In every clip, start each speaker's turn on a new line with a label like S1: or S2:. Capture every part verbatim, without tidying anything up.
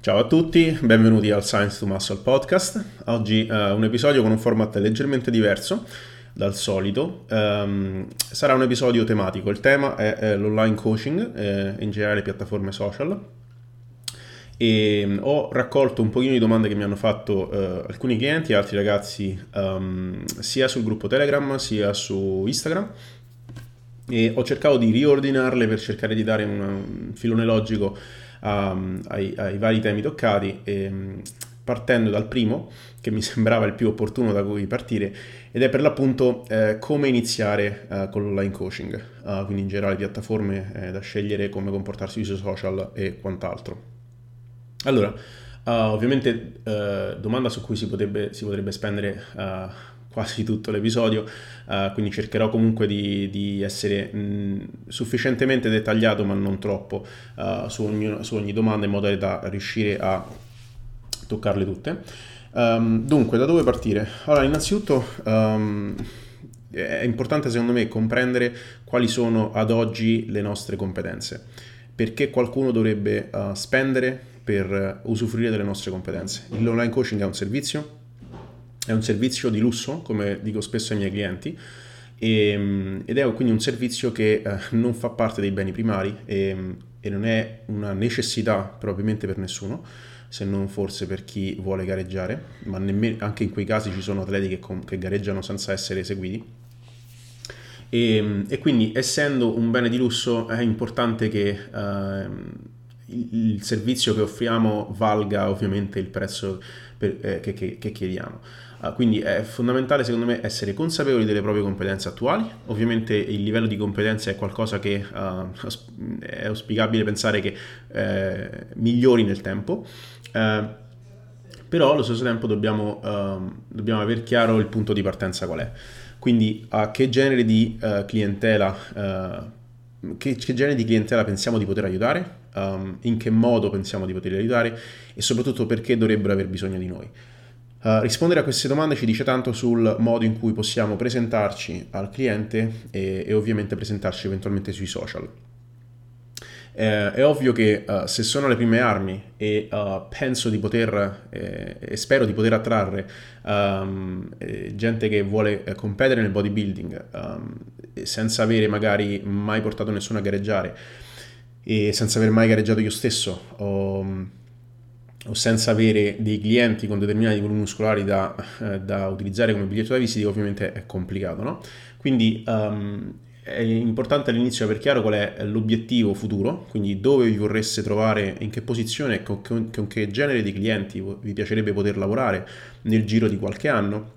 S1: Ciao a tutti, benvenuti al Science to Muscle podcast. Oggi eh, un episodio con un format leggermente diverso dal solito. Ehm, sarà un episodio tematico. Il tema è, è l'online coaching, eh, in generale le piattaforme social. E mm, ho raccolto un pochino di domande che mi hanno fatto eh, alcuni clienti e altri ragazzi, ehm, sia sul gruppo Telegram sia su Instagram, e ho cercato di riordinarle per cercare di dare un, un filone logico a- ai, ai vari temi toccati, e, mh, partendo dal primo, che mi sembrava il più opportuno da cui partire, ed è per l'appunto eh, come iniziare eh, con l'online coaching, eh, quindi in generale piattaforme eh, da scegliere, come comportarsi sui social e quant'altro. Allora, uh, ovviamente uh, domanda su cui si potrebbe, si potrebbe spendere uh, quasi tutto l'episodio, uh, quindi cercherò comunque di, di essere mh, sufficientemente dettagliato ma non troppo uh, su, ogni, su ogni domanda, in modo da riuscire a toccarle tutte. Um, dunque, da dove partire? Allora, innanzitutto um, è importante secondo me comprendere quali sono ad oggi le nostre competenze, perché qualcuno dovrebbe uh, spendere per usufruire delle nostre competenze. L'online coaching è un servizio, è un servizio di lusso, come dico spesso ai miei clienti, e, ed è quindi un servizio che eh, non fa parte dei beni primari e, e non è una necessità propriamente per nessuno, se non forse per chi vuole gareggiare, ma nemmeno, anche in quei casi ci sono atleti che, che gareggiano senza essere eseguiti. E, e quindi, essendo un bene di lusso, è importante che eh, il, il servizio che offriamo valga ovviamente il prezzo per, eh, che, che, che chiediamo. Uh, quindi è fondamentale secondo me essere consapevoli delle proprie competenze attuali. Ovviamente il livello di competenza è qualcosa che uh, è auspicabile pensare che eh, migliori nel tempo. Uh, però allo stesso tempo dobbiamo, uh, dobbiamo aver chiaro il punto di partenza qual è. Quindi a che genere di uh, clientela uh, che, che genere di clientela pensiamo di poter aiutare, um, in che modo pensiamo di poter aiutare e soprattutto perché dovrebbero aver bisogno di noi. Uh, rispondere a queste domande ci dice tanto sul modo in cui possiamo presentarci al cliente e, e ovviamente presentarci eventualmente sui social. Eh, è ovvio che uh, se sono le prime armi e uh, penso di poter eh, e spero di poter attrarre um, eh, gente che vuole eh, competere nel bodybuilding um, senza avere magari mai portato nessuno a gareggiare e senza aver mai gareggiato io stesso, o, o senza avere dei clienti con determinati volumi muscolari da, eh, da utilizzare come biglietto da visita, ovviamente è complicato, no? Quindi um, è importante all'inizio aver chiaro qual è l'obiettivo futuro, quindi dove vi vorreste trovare, in che posizione e con, con, con che genere di clienti vi piacerebbe poter lavorare nel giro di qualche anno,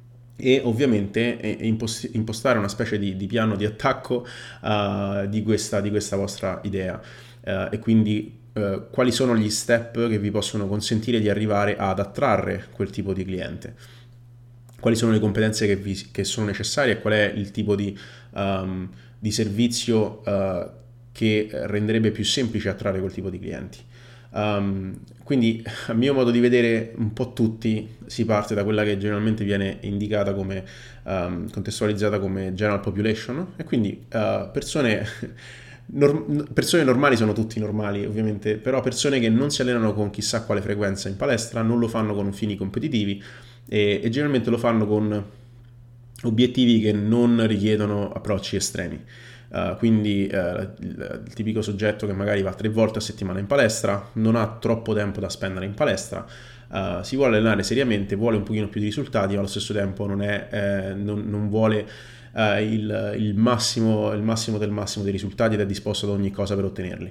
S1: e ovviamente eh, impost- impostare una specie di, di piano di attacco uh, di, questa, di questa vostra idea, uh, e quindi uh, quali sono gli step che vi possono consentire di arrivare ad attrarre quel tipo di cliente. Quali sono le competenze che, vi, che sono necessarie e qual è il tipo di, um, di servizio uh, che renderebbe più semplice attrarre quel tipo di clienti. Um, quindi, a mio modo di vedere, un po' tutti si parte da quella che generalmente viene indicata come um, contestualizzata come general population, e quindi uh, persone Norm- persone normali sono tutti normali ovviamente, però persone che non si allenano con chissà quale frequenza in palestra, non lo fanno con fini competitivi e, e generalmente lo fanno con obiettivi che non richiedono approcci estremi. Uh, quindi uh, il, il tipico soggetto che magari va tre volte a settimana in palestra, non ha troppo tempo da spendere in palestra, uh, si vuole allenare seriamente, vuole un pochino più di risultati, ma allo stesso tempo non, è, eh, non, non vuole uh, il, il, massimo, il massimo del massimo dei risultati ed è disposto ad ogni cosa per ottenerli.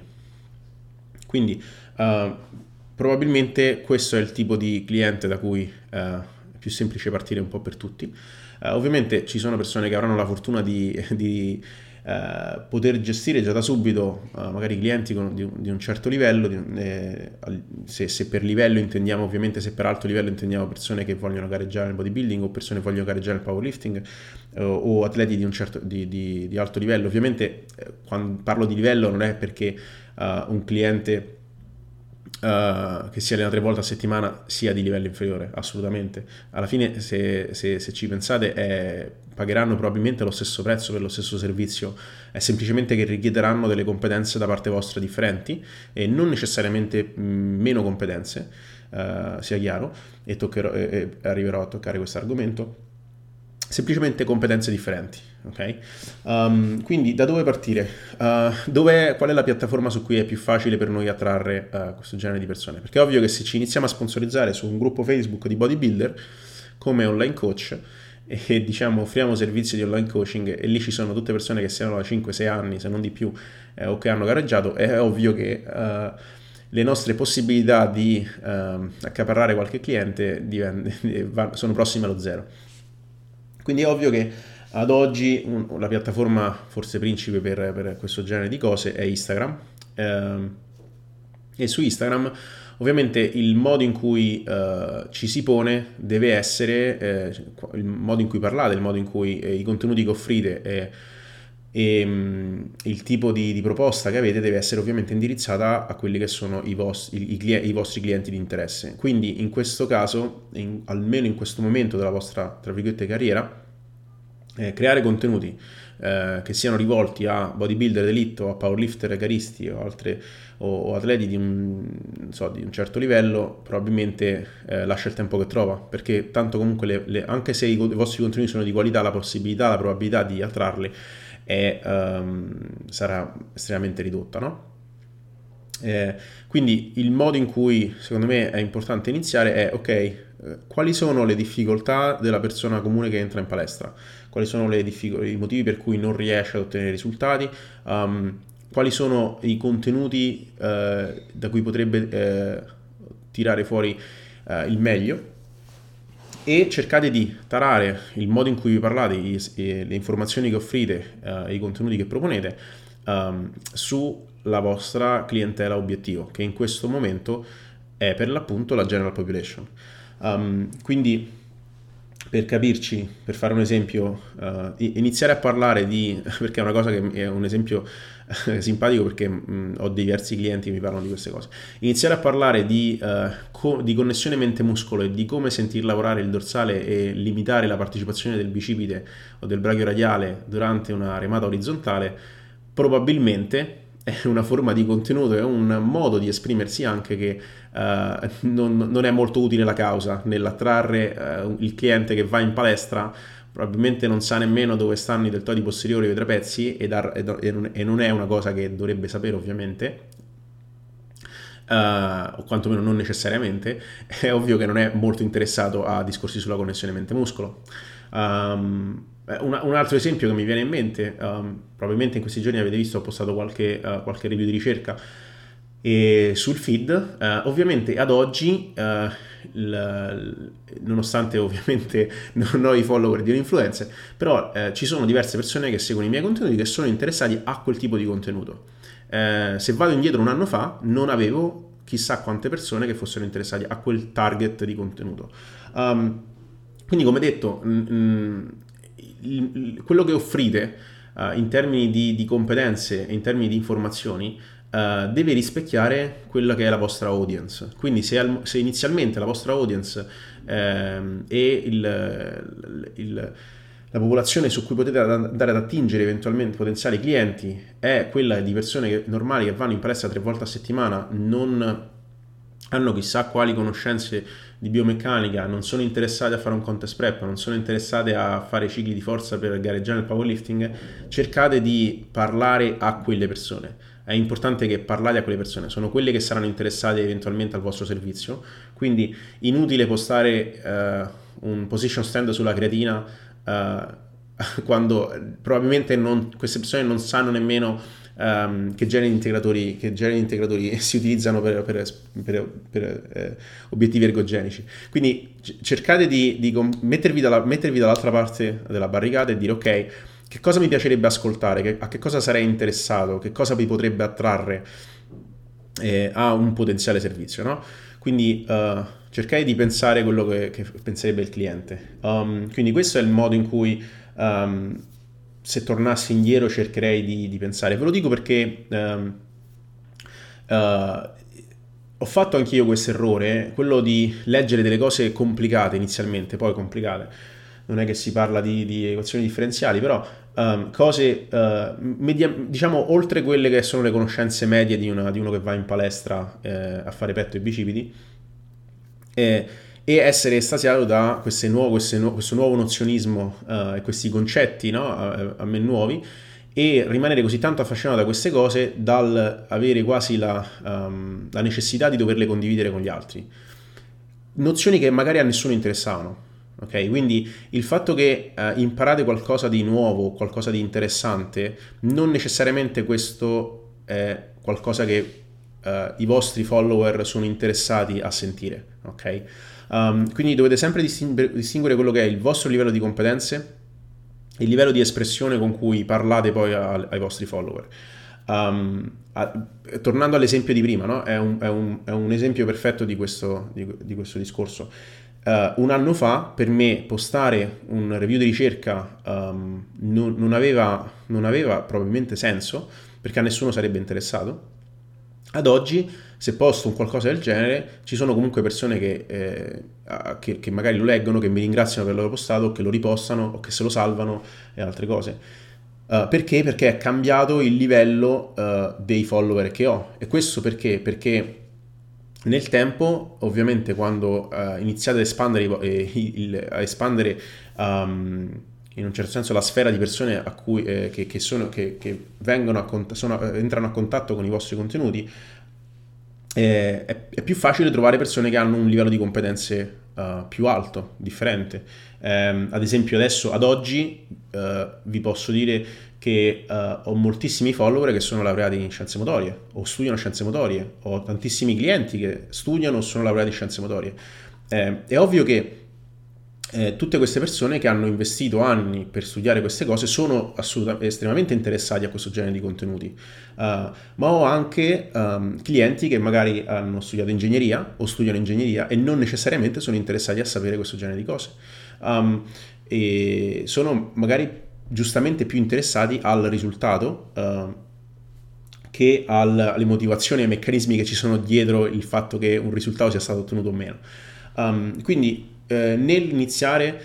S1: Quindi uh, probabilmente questo è il tipo di cliente da cui uh, è più semplice partire un po' per tutti. Uh, ovviamente ci sono persone che avranno la fortuna di, di uh, poter gestire già da subito uh, magari clienti con, di, di un certo livello, di, eh, se, se per livello intendiamo, ovviamente se per alto livello intendiamo persone che vogliono gareggiare nel bodybuilding o persone che vogliono gareggiare nel powerlifting, uh, o atleti di un certo di, di, di alto livello. Ovviamente eh, quando parlo di livello non è perché uh, un cliente uh, che si allena tre volte a settimana sia di livello inferiore, assolutamente. Alla fine, se, se, se ci pensate, è, pagheranno probabilmente lo stesso prezzo per lo stesso servizio, è semplicemente che richiederanno delle competenze da parte vostra differenti e non necessariamente mh, meno competenze, uh, sia chiaro, e, toccherò, e, e arriverò a toccare questo argomento. Semplicemente competenze differenti, ok? Um, quindi da dove partire? Uh, dove, qual è la piattaforma su cui è più facile per noi attrarre uh, questo genere di persone? Perché è ovvio che se ci iniziamo a sponsorizzare su un gruppo Facebook di bodybuilder come online coach e diciamo offriamo servizi di online coaching e lì ci sono tutte persone che siano da cinque sei anni, se non di più, eh, o che hanno gareggiato, è ovvio che uh, le nostre possibilità di uh, accaparrare qualche cliente divent- sono prossime allo zero. Quindi è ovvio che ad oggi un, la piattaforma forse principe per, per questo genere di cose è Instagram, ehm, e su Instagram ovviamente il modo in cui eh, ci si pone deve essere eh, il modo in cui parlate, il modo in cui eh, i contenuti che offrite e, e mh, il tipo di, di proposta che avete deve essere ovviamente indirizzata a quelli che sono i vostri, i, i, i vostri clienti di interesse. Quindi in questo caso, in, almeno in questo momento della vostra, tra virgolette, carriera, eh, creare contenuti eh, che siano rivolti a bodybuilder d'elite o a powerlifter garisti o, altre, o, o atleti di un, non so, di un certo livello, probabilmente eh, lascia il tempo che trova, perché tanto comunque le, le, anche se i, i vostri contenuti sono di qualità, la possibilità, la probabilità di attrarli è, um, sarà estremamente ridotta, no? Eh, quindi il modo in cui secondo me è importante iniziare è ok, eh, quali sono le difficoltà della persona comune che entra in palestra, quali sono le difficol- i motivi per cui non riesce ad ottenere risultati, um, quali sono i contenuti eh, da cui potrebbe eh, tirare fuori eh, il meglio, e cercate di tarare il modo in cui vi parlate, i, i, le informazioni che offrite, eh, i contenuti che proponete um, sulla vostra clientela obiettivo, che in questo momento è per l'appunto la general population. Um, quindi per capirci, per fare un esempio, uh, iniziare a parlare di, perché è una cosa che è un esempio simpatico perché mh, ho diversi clienti che mi parlano di queste cose, iniziare a parlare di, uh, co- di connessione mente-muscolo e di come sentir lavorare il dorsale e limitare la partecipazione del bicipite o del brachio radiale durante una remata orizzontale, probabilmente è una forma di contenuto, è un modo di esprimersi anche che uh, non, non è molto utile alla causa nell'attrarre uh, il cliente che va in palestra, probabilmente non sa nemmeno dove stanno i deltoidi posteriori o i trapezi ed ar- e non è una cosa che dovrebbe sapere ovviamente, uh, o quantomeno non necessariamente. È ovvio che non è molto interessato a discorsi sulla connessione mente-muscolo. Um, un, un altro esempio che mi viene in mente, um, probabilmente in questi giorni avete visto, ho postato qualche, uh, qualche review di ricerca e sul feed, uh, ovviamente ad oggi, uh, il, nonostante ovviamente non ho i follower di un influencer, però uh, ci sono diverse persone che seguono i miei contenuti che sono interessati a quel tipo di contenuto. Uh, se vado indietro un anno fa non avevo chissà quante persone che fossero interessate a quel target di contenuto. Um, quindi come detto, mh, il, il, quello che offrite uh, in termini di, di competenze e in termini di informazioni uh, deve rispecchiare quella che è la vostra audience. Quindi se, al, se inizialmente la vostra audience uh, e il, il, la popolazione su cui potete andare ad attingere eventualmente potenziali clienti è quella di persone che, normali che vanno in palestra tre volte a settimana, non hanno chissà quali conoscenze di biomeccanica, non sono interessate a fare un contest prep, non sono interessate a fare cicli di forza per gareggiare nel powerlifting, cercate di parlare a quelle persone. È importante che parlate a quelle persone, sono quelle che saranno interessate eventualmente al vostro servizio, quindi inutile postare uh, un position stand sulla creatina uh, quando probabilmente non, queste persone non sanno nemmeno Um, che generi di integratori, che generi di integratori si utilizzano per, per, per, per eh, obiettivi ergogenici. Quindi c- cercate di, di mettervi, dalla, mettervi dall'altra parte della barricata e dire ok, che cosa mi piacerebbe ascoltare, che, a che cosa sarei interessato, che cosa vi potrebbe attrarre eh, a un potenziale servizio, no? Quindi uh, cercate di pensare quello che, che penserebbe il cliente. Um, quindi questo è il modo in cui um, se tornassi indietro cercherei di, di pensare. Ve lo dico perché um, uh, ho fatto anch'io questo errore, quello di leggere delle cose complicate inizialmente, poi complicate. Non è che si parla di, di equazioni differenziali, però um, cose, uh, media, diciamo, oltre quelle che sono le conoscenze medie di, una, di uno che va in palestra eh, a fare petto e bicipiti, eh, e essere estasiato da queste nuove, queste nu- questo nuovo nozionismo uh, e questi concetti, no, a, a me nuovi, e rimanere così tanto affascinato da queste cose dal avere quasi la, um, la necessità di doverle condividere con gli altri. Nozioni che magari a nessuno interessavano. Ok, quindi il fatto che eh, imparate qualcosa di nuovo, qualcosa di interessante, non necessariamente questo è qualcosa che eh, i vostri follower sono interessati a sentire. Ok, um, quindi dovete sempre distinguere, distinguere quello che è il vostro livello di competenze, il livello di espressione con cui parlate poi a, ai vostri follower. Um, a, tornando all'esempio di prima, no? è, un, è, un, è un esempio perfetto di questo, di, di questo discorso. Uh, un anno fa per me postare un review di ricerca um, non, non, aveva, non aveva probabilmente senso, perché a nessuno sarebbe interessato. Ad oggi, se posto un qualcosa del genere, ci sono comunque persone che, eh, che, che magari lo leggono, che mi ringraziano per averlo postato, che lo ripostano o che se lo salvano e altre cose. Uh, perché? Perché è cambiato il livello uh, dei follower che ho. E questo perché? Perché nel tempo, ovviamente, quando uh, iniziate ad espandere, eh, il, a espandere um, in un certo senso la sfera di persone a cui, eh, che, che, sono, che, che vengono a cont- sono, entrano a contatto con i vostri contenuti, eh, è, è più facile trovare persone che hanno un livello di competenze uh, più alto, differente. Um, ad esempio adesso, ad oggi, uh, vi posso dire che uh, ho moltissimi follower che sono laureati in scienze motorie o studiano scienze motorie, ho tantissimi clienti che studiano o sono laureati in scienze motorie. Eh, è ovvio che eh, tutte queste persone che hanno investito anni per studiare queste cose sono assolutamente estremamente interessati a questo genere di contenuti, uh, ma ho anche um, clienti che magari hanno studiato ingegneria o studiano ingegneria e non necessariamente sono interessati a sapere questo genere di cose, um, e sono magari giustamente più interessati al risultato uh, che al, alle motivazioni e ai meccanismi che ci sono dietro il fatto che un risultato sia stato ottenuto o meno. Um, quindi eh, nell'iniziare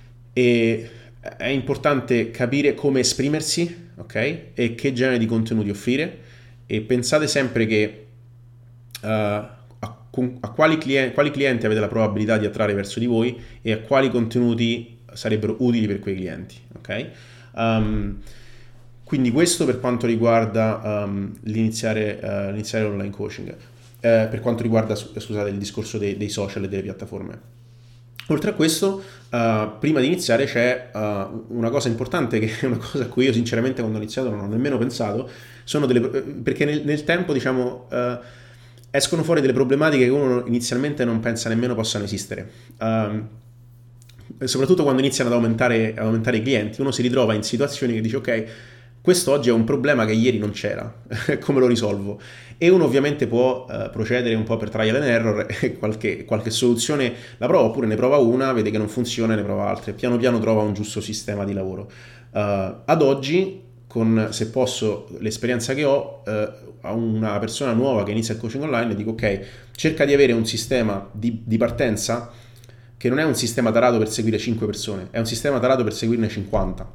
S1: eh, è importante capire come esprimersi, ok? E che genere di contenuti offrire, e pensate sempre che uh, a, a quali, clienti, quali clienti avete la probabilità di attrarre verso di voi e a quali contenuti sarebbero utili per quei clienti, ok? Um, quindi questo per quanto riguarda um, l'iniziare, uh, l'iniziare l'online coaching. Uh, per quanto riguarda, scusate, il discorso dei, dei social e delle piattaforme. Oltre a questo, uh, prima di iniziare c'è uh, una cosa importante, che è una cosa a cui io sinceramente quando ho iniziato non ho nemmeno pensato, sono delle, perché nel, nel tempo, diciamo, uh, escono fuori delle problematiche che uno inizialmente non pensa nemmeno possano esistere. Um, soprattutto quando iniziano ad aumentare, ad aumentare i clienti, uno si ritrova in situazioni che dice ok, questo oggi è un problema che ieri non c'era, come lo risolvo? E uno ovviamente può uh, procedere un po' per trial and error e qualche, qualche soluzione la prova, oppure ne prova una, vede che non funziona e ne prova altre, piano piano trova un giusto sistema di lavoro. Uh, ad oggi, con, se posso, l'esperienza che ho, uh, a una persona nuova che inizia il coaching online dico ok, cerca di avere un sistema di, di partenza che non è un sistema tarato per seguire cinque persone, è un sistema tarato per seguirne cinquanta.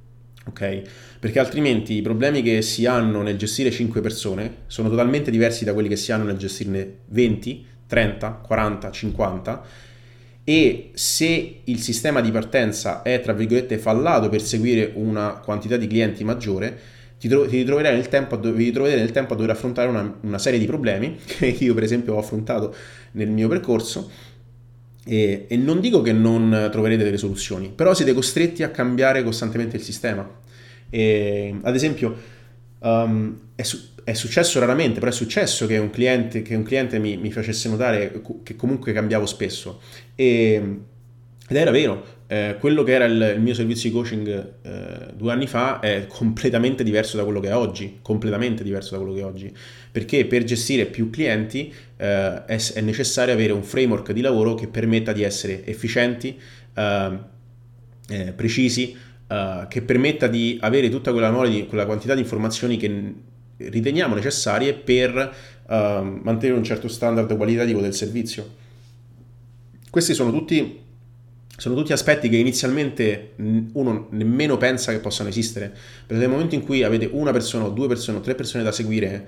S1: Ok? Perché altrimenti i problemi che si hanno nel gestire cinque persone sono totalmente diversi da quelli che si hanno nel gestirne venti, trenta, quaranta, cinquanta, e se il sistema di partenza è tra virgolette fallato per seguire una quantità di clienti maggiore, ti, tro- ti ritroverai nel tempo a do- vi ritroverete nel tempo a dover affrontare una, una serie di problemi che io per esempio ho affrontato nel mio percorso. E, e non dico che non troverete delle soluzioni, però siete costretti a cambiare costantemente il sistema. E, ad esempio, um, è, su- è successo raramente, però è successo che un cliente, che un cliente mi, mi facesse notare che comunque cambiavo spesso. E, ed era vero, eh, quello che era il, il mio servizio di coaching eh, due anni fa è completamente diverso da quello che è oggi, completamente diverso da quello che è oggi, perché per gestire più clienti eh, è, è necessario avere un framework di lavoro che permetta di essere efficienti, eh, eh, precisi, eh, che permetta di avere tutta quella, quella quantità di informazioni che riteniamo necessarie per uh, mantenere un certo standard qualitativo del servizio. Questi sono tutti, sono tutti aspetti che inizialmente uno nemmeno pensa che possano esistere, perché nel momento in cui avete una persona o due persone o tre persone da seguire,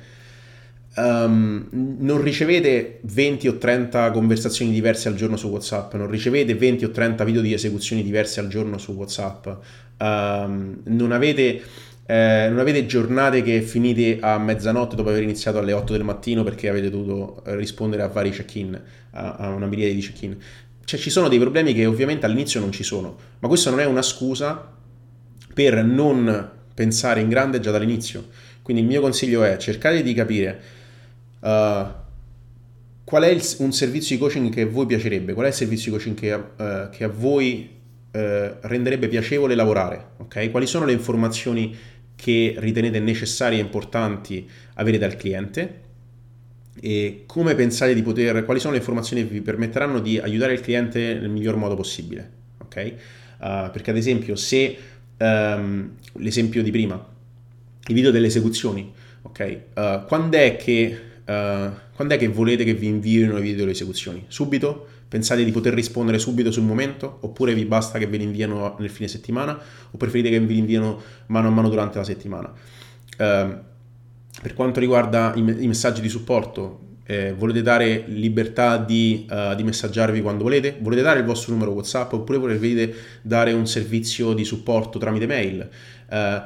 S1: um, non ricevete venti o trenta conversazioni diverse al giorno su WhatsApp, non ricevete venti o trenta video di esecuzioni diverse al giorno su WhatsApp, um, non avete... Eh, non avete giornate che finite a mezzanotte dopo aver iniziato alle otto del mattino perché avete dovuto rispondere a vari check-in, a, a una miriade di check-in. Cioè ci sono dei problemi che ovviamente all'inizio non ci sono, ma questa non è una scusa per non pensare in grande già dall'inizio. Quindi il mio consiglio è cercare di capire uh, qual è il, un servizio di coaching che a voi piacerebbe, qual è il servizio di coaching che, uh, che a voi uh, renderebbe piacevole lavorare, ok? Quali sono le informazioni che ritenete necessarie e importanti avere dal cliente e come pensate di poter, quali sono le informazioni che vi permetteranno di aiutare il cliente nel miglior modo possibile, ok? Uh, perché ad esempio se um, l'esempio di prima, i video delle esecuzioni, ok? Uh, quando è che uh, quando è che volete che vi inviino i video delle esecuzioni? Subito? Pensate di poter rispondere subito sul momento? Oppure vi basta che ve li inviano nel fine settimana? O preferite che vi li inviano mano a mano durante la settimana? Uh, per quanto riguarda i, me- i messaggi di supporto, eh, volete dare libertà di, uh, di messaggiarvi quando volete? Volete dare il vostro numero WhatsApp? Oppure volete dare un servizio di supporto tramite mail? Uh,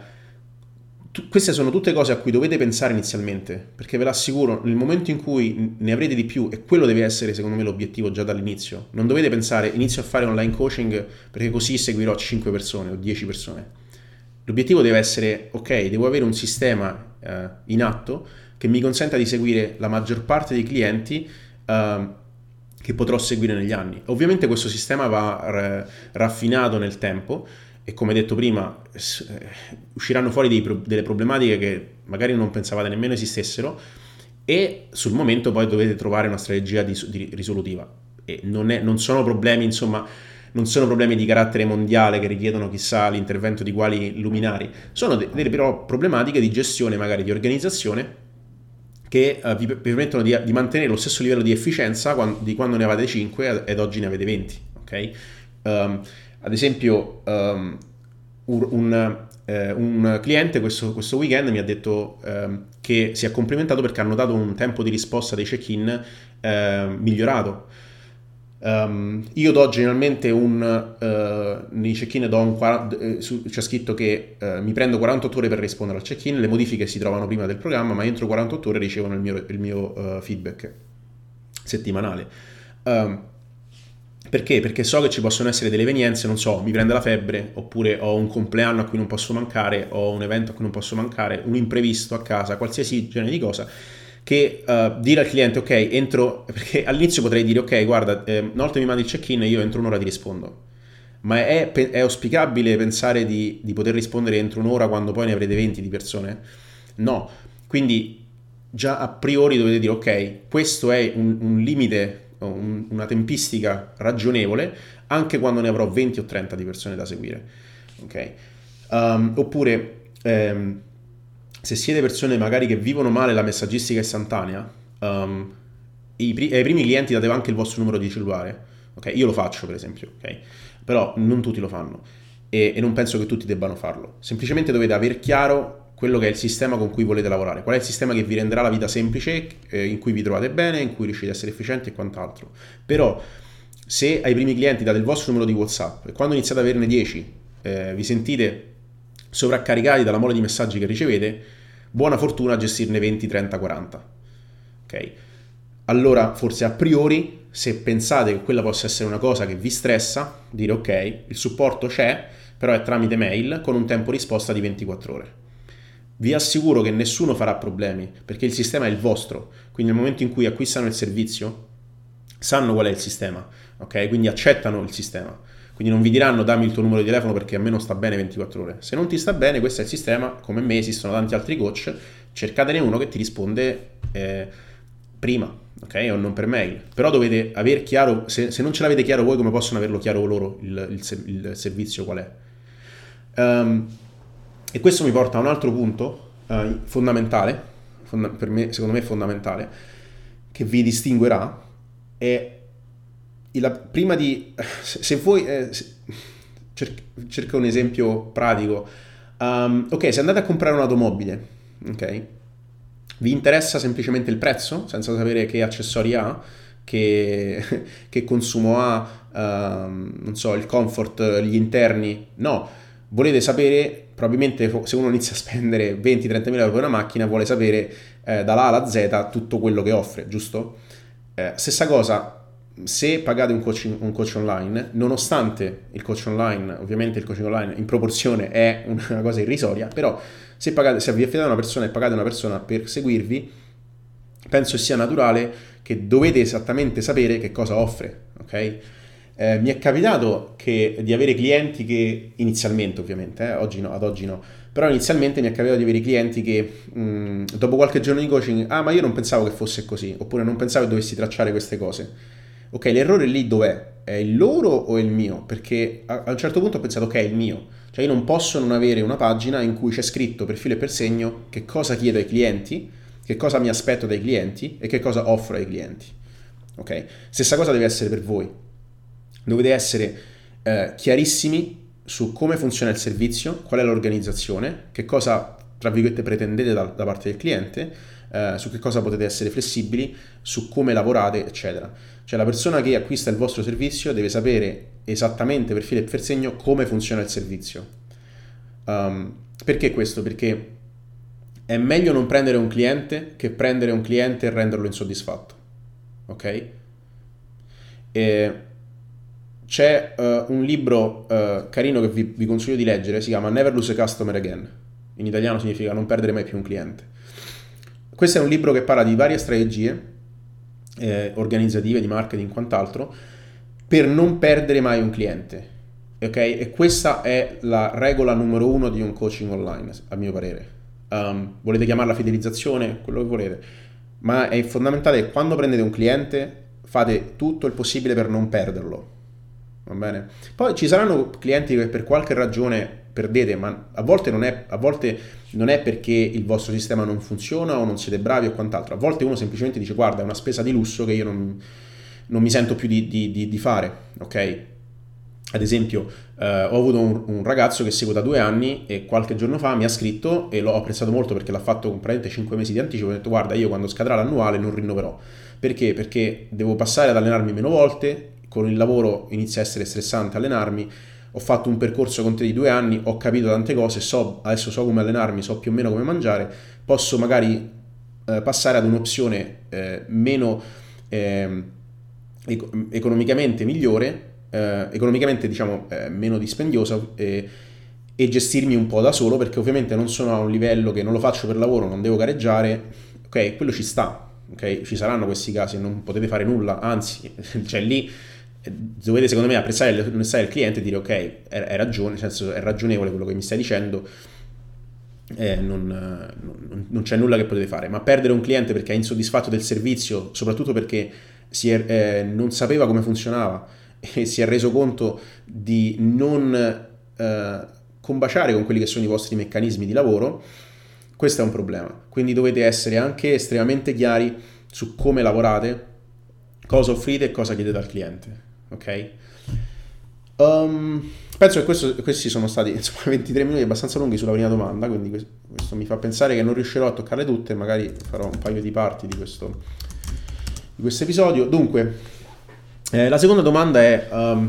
S1: Queste sono tutte cose a cui dovete pensare inizialmente, perché ve l'assicuro, nel momento in cui ne avrete di più, e quello deve essere secondo me l'obiettivo già dall'inizio, non dovete pensare inizio a fare online coaching perché così seguirò cinque persone o dieci persone. L'obiettivo deve essere, ok, devo avere un sistema eh, in atto che mi consenta di seguire la maggior parte dei clienti eh, che potrò seguire negli anni. Ovviamente questo sistema va r- raffinato nel tempo, e come detto prima usciranno fuori dei pro- delle problematiche che magari non pensavate nemmeno esistessero e sul momento poi dovete trovare una strategia di, di risolutiva e non, è, non sono problemi insomma non sono problemi di carattere mondiale che richiedono chissà l'intervento di quali luminari, sono de- delle però problematiche di gestione, magari di organizzazione, che uh, vi, vi permettono di, di mantenere lo stesso livello di efficienza quando, di quando ne avete cinque ed oggi ne avete venti, ok? Um, Ad esempio, um, un, eh, un cliente questo, questo weekend mi ha detto um, che si è complimentato perché ha notato un tempo di risposta dei check-in eh, migliorato. Um, io do generalmente un uh, nei check-in do un quaranta, eh, su, c'è scritto che uh, mi prendo quarantotto ore per rispondere al check-in, le modifiche si trovano prima del programma, ma entro quarantotto ore ricevono il mio, il mio uh, feedback settimanale. Um, Perché? Perché so che ci possono essere delle evenienze, non so, mi prende la febbre, oppure ho un compleanno a cui non posso mancare, ho un evento a cui non posso mancare, un imprevisto a casa, qualsiasi genere di cosa, che uh, dire al cliente, ok, entro, perché all'inizio potrei dire, ok, guarda, eh, una volta mi mandi il check-in io entro un'ora ti rispondo, ma è, è auspicabile pensare di, di poter rispondere entro un'ora quando poi ne avrete venti di persone? No, quindi già a priori dovete dire, ok, questo è un, un limite, una tempistica ragionevole anche quando ne avrò venti o trenta di persone da seguire, ok? Um, oppure um, se siete persone magari che vivono male la messaggistica istantanea, um, i pri- ai primi clienti date anche il vostro numero di cellulare, ok? Io lo faccio per esempio, ok? Però non tutti lo fanno e, e non penso che tutti debbano farlo. Semplicemente dovete aver chiaro quello che è il sistema con cui volete lavorare, qual è il sistema che vi renderà la vita semplice, eh, in cui vi trovate bene, in cui riuscite a essere efficienti e quant'altro. Però se ai primi clienti date il vostro numero di WhatsApp e quando iniziate ad averne dieci eh, vi sentite sovraccaricati dalla mole di messaggi che ricevete, buona fortuna a gestirne venti, trenta, quaranta. Ok? Allora forse a priori, se pensate che quella possa essere una cosa che vi stressa, dire ok, il supporto c'è, però è tramite mail con un tempo risposta di ventiquattro ore. Vi assicuro che nessuno farà problemi perché il sistema è il vostro, quindi nel momento in cui acquistano il servizio sanno qual è il sistema, ok? Quindi accettano il sistema, quindi non vi diranno dammi il tuo numero di telefono perché a me non sta bene ventiquattro ore. Se non ti sta bene, questo è il sistema, come me esistono tanti altri coach, cercatene uno che ti risponde eh, prima, ok? O non per mail, però dovete aver chiaro, se, se non ce l'avete chiaro voi, come possono averlo chiaro loro il, il, il servizio qual è? Um, E questo mi porta a un altro punto uh, fondamentale, fonda- per me, secondo me è fondamentale, che vi distinguerà, è il- prima di... Se, se voi... eh, se- cer- cerca un esempio pratico. Um, ok, se andate a comprare un'automobile, ok? Vi interessa semplicemente il prezzo, senza sapere che accessori ha, che, che consumo ha, ehm, non so, il comfort, gli interni. No, volete sapere, probabilmente se uno inizia a spendere venti trenta mila euro per una macchina, vuole sapere eh, dalla A alla Z tutto quello che offre, giusto? Eh, stessa cosa, se pagate un coach, un coach online, nonostante il coach online, ovviamente il coaching online in proporzione è una cosa irrisoria, però se, pagate, se vi affidate a una persona e pagate una persona per seguirvi, penso sia naturale che dovete esattamente sapere che cosa offre, ok? Eh, mi è capitato che, di avere clienti che, inizialmente ovviamente, eh, oggi no, ad oggi no, però inizialmente mi è capitato di avere clienti che mh, dopo qualche giorno di coaching, ah ma io non pensavo che fosse così, oppure non pensavo che dovessi tracciare queste cose. Ok, l'errore lì dov'è? È il loro o è il mio? Perché a, a un certo punto ho pensato, ok, è il mio. Cioè io non posso non avere una pagina in cui c'è scritto per filo e per segno che cosa chiedo ai clienti, che cosa mi aspetto dai clienti e che cosa offro ai clienti. Ok? Stessa cosa deve essere per voi. Dovete essere eh, chiarissimi su come funziona il servizio, qual è l'organizzazione, che cosa, tra virgolette, pretendete da, da parte del cliente, eh, su che cosa potete essere flessibili, su come lavorate, eccetera. Cioè la persona che acquista il vostro servizio deve sapere esattamente per filo e per segno come funziona il servizio. Um, perché questo? Perché è meglio non prendere un cliente che prendere un cliente e renderlo insoddisfatto. Ok? E c'è uh, un libro uh, carino che vi, vi consiglio di leggere, si chiama Never Lose a Customer Again. In italiano significa non perdere mai più un cliente. Questo è un libro che parla di varie strategie eh, organizzative, di marketing e quant'altro, per non perdere mai un cliente. Ok? E questa è la regola numero uno di un coaching online, a mio parere. Um, volete chiamarla fidelizzazione, quello che volete, ma è fondamentale che quando prendete un cliente fate tutto il possibile per non perderlo. Va bene? Poi ci saranno clienti che per qualche ragione perdete, ma a volte non è, a volte non è perché il vostro sistema non funziona o non siete bravi o quant'altro. A volte uno semplicemente dice guarda è una spesa di lusso che io non, non mi sento più di, di, di, di fare, ok? Ad esempio, eh, ho avuto un, un ragazzo che seguo da due anni e qualche giorno fa mi ha scritto e l'ho apprezzato molto perché l'ha fatto con praticamente cinque mesi di anticipo. Ho detto guarda io quando scadrà l'annuale non rinnoverò. Perché? Perché devo passare ad allenarmi meno volte, con il lavoro inizia a essere stressante allenarmi, ho fatto un percorso con te di due anni, ho capito tante cose, so, adesso so come allenarmi, so più o meno come mangiare, posso magari eh, passare ad un'opzione eh, meno eh, ec- economicamente migliore, eh, economicamente diciamo eh, meno dispendiosa eh, e gestirmi un po' da solo perché ovviamente non sono a un livello che non lo faccio per lavoro, non devo gareggiare, ok, quello ci sta, ok, ci saranno questi casi, non potete fare nulla, anzi, cioè lì dovete secondo me apprezzare l'onestà del cliente e dire ok, hai ragione, nel senso è ragionevole quello che mi stai dicendo, eh, non, non, non c'è nulla che potete fare, ma perdere un cliente perché è insoddisfatto del servizio, soprattutto perché si è, eh, non sapeva come funzionava e si è reso conto di non eh, combaciare con quelli che sono i vostri meccanismi di lavoro, questo è un problema. Quindi dovete essere anche estremamente chiari su come lavorate, cosa offrite e cosa chiedete al cliente. Ok? Um, penso che questo, questi sono stati insomma ventitré minuti abbastanza lunghi sulla prima domanda, quindi questo, questo mi fa pensare che non riuscirò a toccarle tutte, magari farò un paio di parti di questo, di questo episodio. Dunque, eh, la seconda domanda è, um,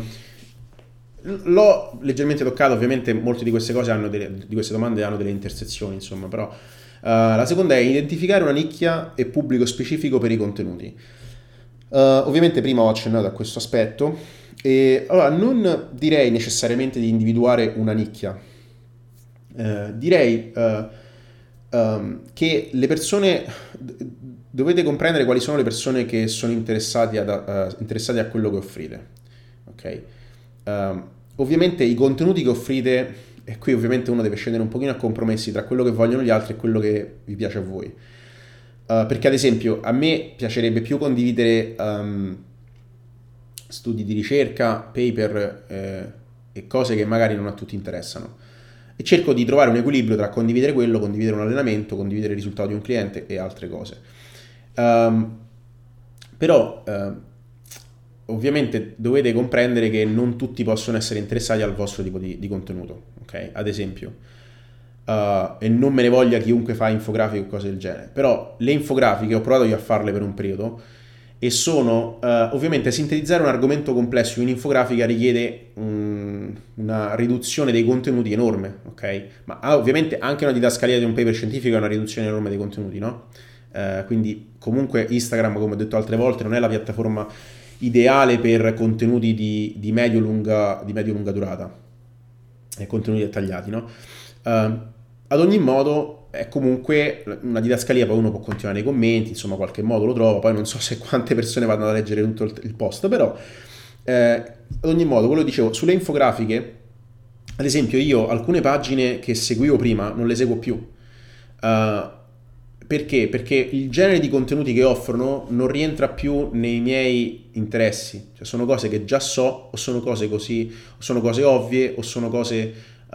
S1: l'ho leggermente toccato, ovviamente molte di queste cose hanno delle, di queste domande hanno delle intersezioni, insomma, però uh, la seconda è identificare una nicchia e pubblico specifico per i contenuti. Uh, ovviamente prima ho accennato a questo aspetto e allora non direi necessariamente di individuare una nicchia, uh, direi uh, um, che le persone dovete comprendere quali sono le persone che sono interessati, ad, uh, interessate a quello che offrite, ok? Um, ovviamente i contenuti che offrite, e qui ovviamente uno deve scendere un pochino a compromessi tra quello che vogliono gli altri e quello che vi piace a voi. Uh, perché ad esempio a me piacerebbe più condividere um, studi di ricerca, paper eh, e cose che magari non a tutti interessano. e cerco di trovare un equilibrio tra condividere quello, condividere un allenamento, condividere il risultato di un cliente e altre cose. Um, però uh, ovviamente dovete comprendere che non tutti possono essere interessati al vostro tipo di, di contenuto, ok? Ad esempio, uh, e non me ne voglia chiunque fa infografiche o cose del genere, però le infografiche ho provato io a farle per un periodo e sono uh, ovviamente sintetizzare un argomento complesso in un'infografica richiede um, una riduzione dei contenuti enorme, ok? Ma ah, ovviamente anche una didascalia di un paper scientifico è una riduzione enorme dei contenuti, no? Uh, quindi comunque Instagram, come ho detto altre volte, non è la piattaforma ideale per contenuti di, di medio-lunga di medio-lunga durata e contenuti dettagliati, no? Uh, ad ogni modo è comunque una didascalia, poi uno può continuare nei commenti, insomma qualche modo lo trova, poi non so se quante persone vanno a leggere tutto il post, però eh, ad ogni modo, quello che dicevo, sulle infografiche, ad esempio io alcune pagine che seguivo prima non le seguo più. Uh, perché? Perché il genere di contenuti che offrono non rientra più nei miei interessi, cioè sono cose che già so, o sono cose così, o sono cose ovvie, o sono cose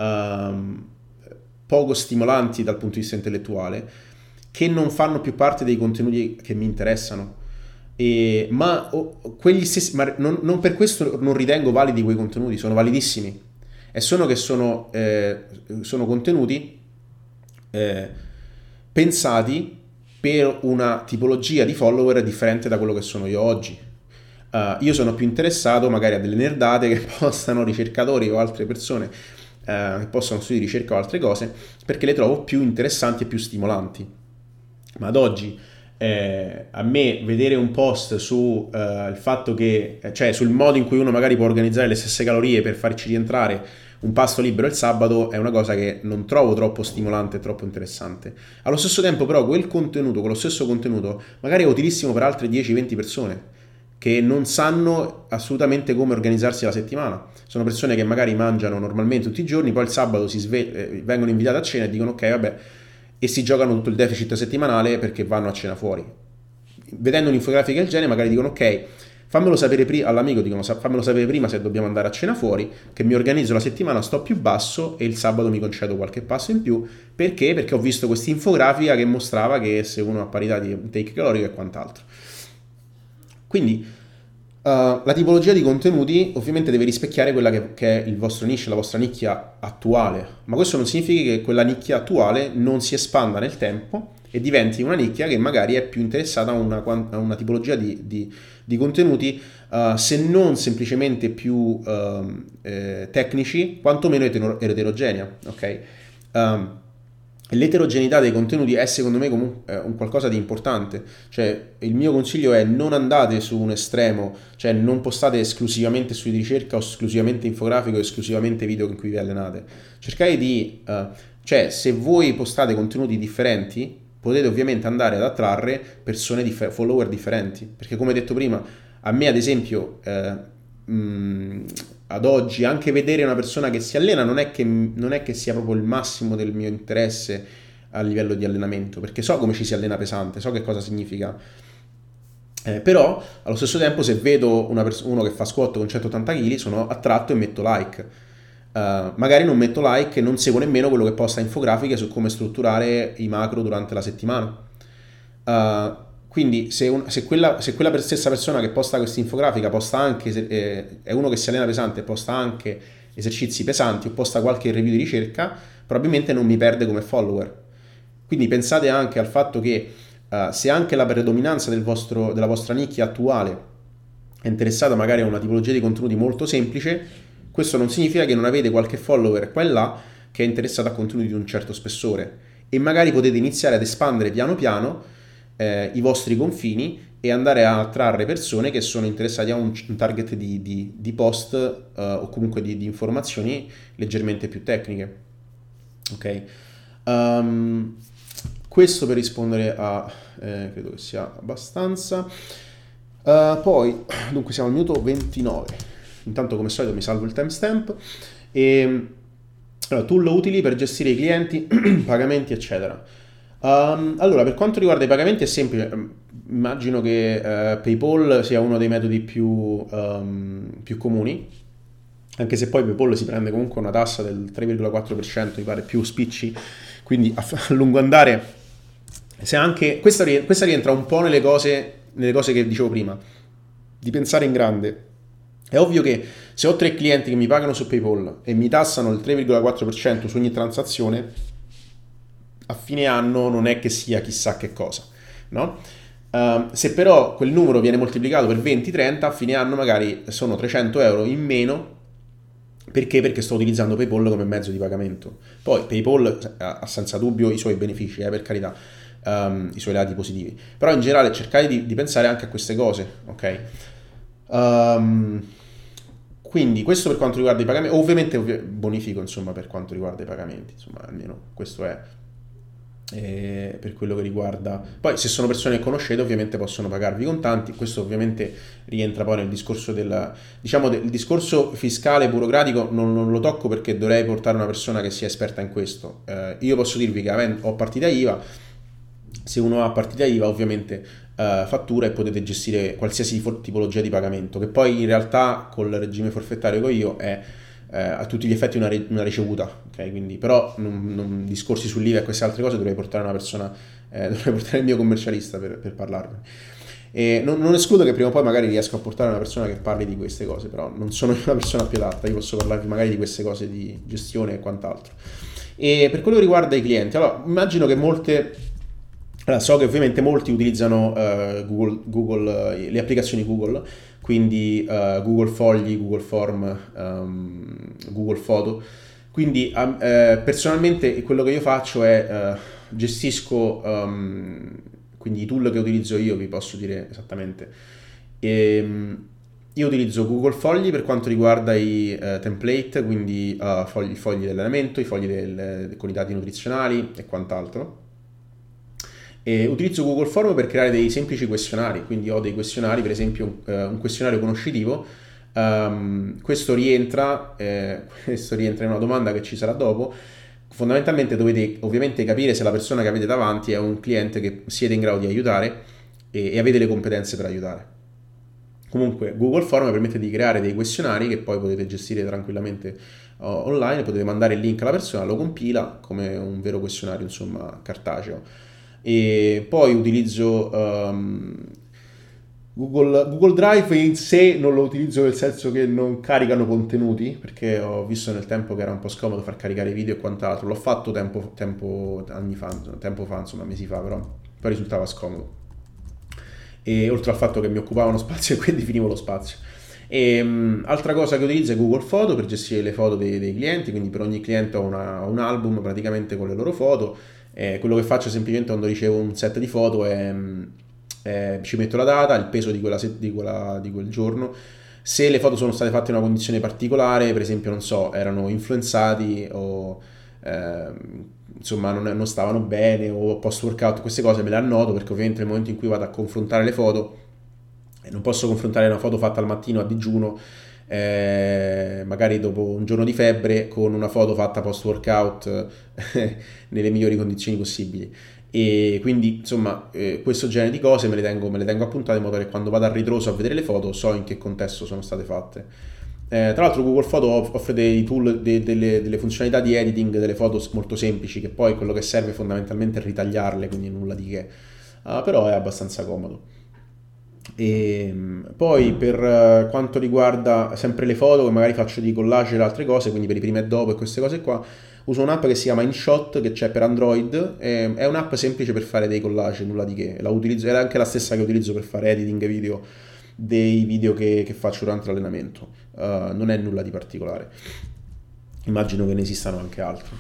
S1: um, poco stimolanti dal punto di vista intellettuale, che non fanno più parte dei contenuti che mi interessano. E, ma oh, quegli stessi, ma non, non per questo non ritengo validi quei contenuti, sono validissimi. È solo che sono, eh, sono contenuti eh, pensati per una tipologia di follower differente da quello che sono io oggi. Uh, io sono più interessato magari a delle nerdate che postano ricercatori o altre persone uh, che possono studiare ricerca o altre cose, perché le trovo più interessanti e più stimolanti. Ma ad oggi eh, a me vedere un post su uh, il fatto che, cioè sul modo in cui uno magari può organizzare le stesse calorie per farci rientrare un pasto libero il sabato è una cosa che non trovo troppo stimolante e troppo interessante. Allo stesso tempo però quel contenuto, quello stesso contenuto magari è utilissimo per altre dieci venti persone che non sanno assolutamente come organizzarsi la settimana. Sono persone che magari mangiano normalmente tutti i giorni, poi il sabato si sve- eh, vengono invitate a cena e dicono ok vabbè, e si giocano tutto il deficit settimanale perché vanno a cena fuori. Vedendo un'infografica del genere magari dicono ok, fammelo sapere prima, all'amico dicono fammelo sapere prima se dobbiamo andare a cena fuori, che mi organizzo la settimana, sto più basso e il sabato mi concedo qualche passo in più. Perché? Perché ho visto questa infografica che mostrava che se uno ha parità di intake calorico e quant'altro. Quindi uh, la tipologia di contenuti ovviamente deve rispecchiare quella che, che è il vostro niche, la vostra nicchia attuale, ma questo non significa che quella nicchia attuale non si espanda nel tempo e diventi una nicchia che magari è più interessata a una, a una tipologia di, di, di contenuti uh, se non semplicemente più uh, eh, tecnici, quantomeno eterogenea, ok? Um, L'eterogeneità dei contenuti è secondo me comunque un qualcosa di importante, cioè il mio consiglio è non andate su un estremo, cioè non postate esclusivamente studi di ricerca o esclusivamente infografico o esclusivamente video in cui vi allenate, cercate di, uh, cioè se voi postate contenuti differenti potete ovviamente andare ad attrarre persone, differ- follower differenti, perché come detto prima, a me ad esempio eh, mh, ad oggi anche vedere una persona che si allena non è che, non è che sia proprio il massimo del mio interesse a livello di allenamento, perché so come ci si allena pesante, so che cosa significa, eh, però allo stesso tempo se vedo una pers- uno che fa squat con centottanta chili sono attratto e metto like. Uh, magari non metto like e non seguo nemmeno quello che posta infografiche su come strutturare i macro durante la settimana. Uh, quindi se, un, se, quella, se quella stessa persona che posta questa infografica posta anche, eh, è uno che si allena pesante e posta anche esercizi pesanti o posta qualche review di ricerca, probabilmente non mi perde come follower. Quindi pensate anche al fatto che uh, se anche la predominanza del vostro, della vostra nicchia attuale è interessata magari a una tipologia di contenuti molto semplice, questo non significa che non avete qualche follower qua e là che è interessato a contenuti di un certo spessore e magari potete iniziare ad espandere piano piano eh, i vostri confini e andare a attrarre persone che sono interessate a un, un target di, di, di post eh, o comunque di, di informazioni leggermente più tecniche. Ok? Um, questo per rispondere a... Eh, credo che sia abbastanza. Uh, poi, dunque siamo al minuto ventinove. Intanto come al solito mi salvo il timestamp e allora, tool utili per gestire i clienti, pagamenti eccetera. Um, allora per quanto riguarda i pagamenti è semplice, immagino che uh, PayPal sia uno dei metodi più, um, più comuni. anche se poi PayPal si prende comunque una tassa del tre virgola quattro per cento, mi pare più spicci, quindi a, a lungo andare, se anche, questa, questa rientra un po' nelle cose, nelle cose che dicevo prima, di pensare in grande. È ovvio che se ho tre clienti che mi pagano su PayPal e mi tassano il tre virgola quattro per cento su ogni transazione, a fine anno non è che sia chissà che cosa, no? Uh, se però quel numero viene moltiplicato per venti trenta, a fine anno magari sono trecento euro in meno. Perché? Perché sto utilizzando PayPal come mezzo di pagamento. Poi PayPal ha senza dubbio i suoi benefici, eh, per carità, um, i suoi lati positivi. Però in generale cercate di, di pensare anche a queste cose, ok? Um, quindi questo per quanto riguarda i pagamenti, ovviamente bonifico insomma per quanto riguarda i pagamenti, insomma almeno questo è eh, per quello che riguarda. Poi se sono persone che conoscete ovviamente possono pagarvi contanti, questo ovviamente rientra poi nel discorso del, diciamo del discorso fiscale burocratico, non, non lo tocco perché dovrei portare una persona che sia esperta in questo. Eh, io posso dirvi che avendo, ho partita I V A, se uno ha partita I V A ovviamente uh, fattura e potete gestire qualsiasi tipologia di pagamento, che poi in realtà col regime forfettario che ho io è uh, a tutti gli effetti una, re- una ricevuta, ok? Quindi però non, non discorsi sull'I V A e queste altre cose dovrei portare una persona, eh, dovrei portare il mio commercialista per, per parlarne. E non, non escludo che prima o poi magari riesco a portare una persona che parli di queste cose, però non sono una persona più adatta, io posso parlarvi magari di queste cose di gestione e quant'altro. E per quello che riguarda i clienti, allora immagino che molte Allora, so che ovviamente molti utilizzano uh, Google, Google uh, le applicazioni Google, quindi uh, Google Fogli, Google Form, um, Google Foto. Quindi uh, personalmente quello che io faccio è uh, gestisco um, quindi i tool che utilizzo io, vi posso dire esattamente. E, um, io utilizzo Google Fogli per quanto riguarda i uh, template, quindi uh, fogli, fogli dell'allenamento, i fogli del, con i dati nutrizionali e quant'altro. E utilizzo Google Form per creare dei semplici questionari, quindi ho dei questionari, per esempio uh, un questionario conoscitivo, um, questo rientra, eh, questo rientra in una domanda che ci sarà dopo. Fondamentalmente dovete ovviamente capire se la persona che avete davanti è un cliente che siete in grado di aiutare e, e avete le competenze per aiutare. Comunque Google Form permette di creare dei questionari che poi potete gestire tranquillamente uh, online, potete mandare il link alla persona, lo compila come un vero questionario, insomma, cartaceo. E poi utilizzo um, Google, Google Drive in sé non lo utilizzo nel senso che non caricano contenuti, perché ho visto nel tempo che era un po' scomodo far caricare video e quant'altro. L'ho fatto tempo, tempo anni fa, tempo fa, insomma mesi fa, però poi risultava scomodo. E oltre al fatto che mi occupavano spazio e quindi finivo lo spazio. E, um, altra cosa che utilizzo è Google Foto per gestire le foto dei, dei clienti, quindi per ogni cliente ho una, un album praticamente con le loro foto. Eh, quello che faccio semplicemente quando ricevo un set di foto è, è ci metto la data, il peso di, quella, di, quella, di quel giorno. Se le foto sono state fatte in una condizione particolare, per esempio non so, erano influenzati o eh, insomma non, non stavano bene o post workout, queste cose me le annoto perché ovviamente nel momento in cui vado a confrontare le foto non posso confrontare una foto fatta al mattino a digiuno Eh, magari dopo un giorno di febbre con una foto fatta post workout nelle migliori condizioni possibili, e quindi insomma eh, questo genere di cose me le tengo, me le tengo appuntate in modo che quando vado a ritroso a vedere le foto so in che contesto sono state fatte. Eh, tra l'altro Google Photo offre dei tool, de, delle, delle funzionalità di editing delle foto molto semplici, che poi quello che serve fondamentalmente è ritagliarle, quindi nulla di che, uh, però è abbastanza comodo. E poi per quanto riguarda sempre le foto, che magari faccio di collage e altre cose, quindi per i prima e dopo e queste cose qua, uso un'app che si chiama InShot, che c'è per Android. È un'app semplice per fare dei collage, nulla di che. La utilizzo, è anche la stessa che utilizzo per fare editing video dei video che, che faccio durante l'allenamento. Uh, non è nulla di particolare, immagino che ne esistano anche altri.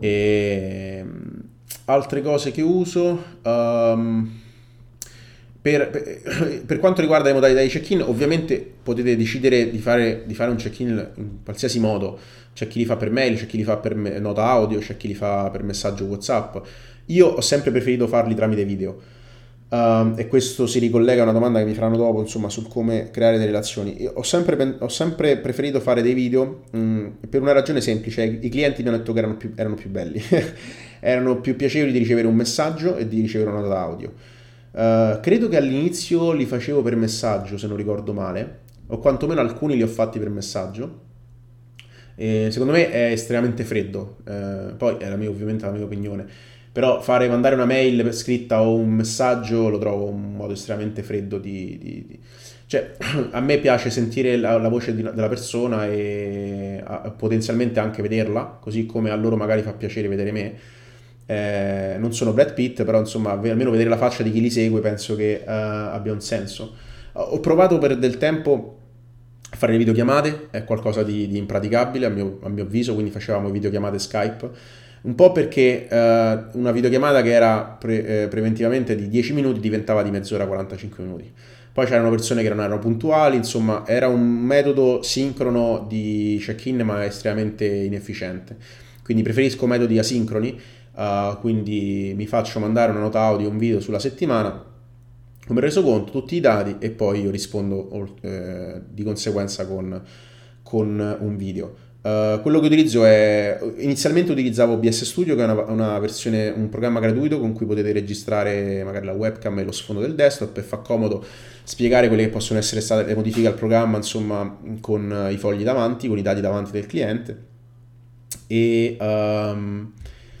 S1: E altre cose che uso, um, Per, per, per quanto riguarda le modalità di check-in, ovviamente potete decidere di fare, di fare un check-in in qualsiasi modo. C'è chi li fa per mail, c'è chi li fa per nota audio, c'è chi li fa per messaggio WhatsApp. Io ho sempre preferito farli tramite video, uh, e questo si ricollega a una domanda che mi faranno dopo, insomma, sul come creare delle relazioni. Io ho sempre, ho sempre preferito fare dei video mh, per una ragione semplice: i clienti mi hanno detto che erano più, erano più belli, erano più piacevoli di ricevere un messaggio e di ricevere una nota audio. Uh, credo che all'inizio li facevo per messaggio, se non ricordo male, o quantomeno alcuni li ho fatti per messaggio. E secondo me è estremamente freddo, eh, poi è la mia, ovviamente la mia opinione, però fare mandare una mail scritta o un messaggio lo trovo un modo estremamente freddo di... di- di- Cioè, a me piace sentire la, la voce di- della persona e a- potenzialmente anche vederla, così come a loro magari fa piacere vedere me. Eh, non sono Brad Pitt, però insomma, ave- almeno vedere la faccia di chi li segue penso che eh, abbia un senso. Ho provato per del tempo a fare le videochiamate, è qualcosa di, di impraticabile a mio, a mio avviso, quindi facevamo videochiamate Skype, un po' perché eh, una videochiamata che era pre- eh, preventivamente di dieci minuti diventava di mezz'ora, quarantacinque minuti. Poi c'erano persone che non erano puntuali, insomma era un metodo sincrono di check-in ma estremamente inefficiente. Quindi preferisco metodi asincroni, eh, quindi mi faccio mandare una nota audio, un video sulla settimana, come resoconto, tutti i dati e poi io rispondo eh, di conseguenza con, con un video. Uh, quello che utilizzo è inizialmente utilizzavo O B S Studio, che è una, una versione, un programma gratuito con cui potete registrare magari la webcam e lo sfondo del desktop e fa comodo spiegare quelle che possono essere state le modifiche al programma, insomma, con i fogli davanti, con i dati davanti del cliente. E, um,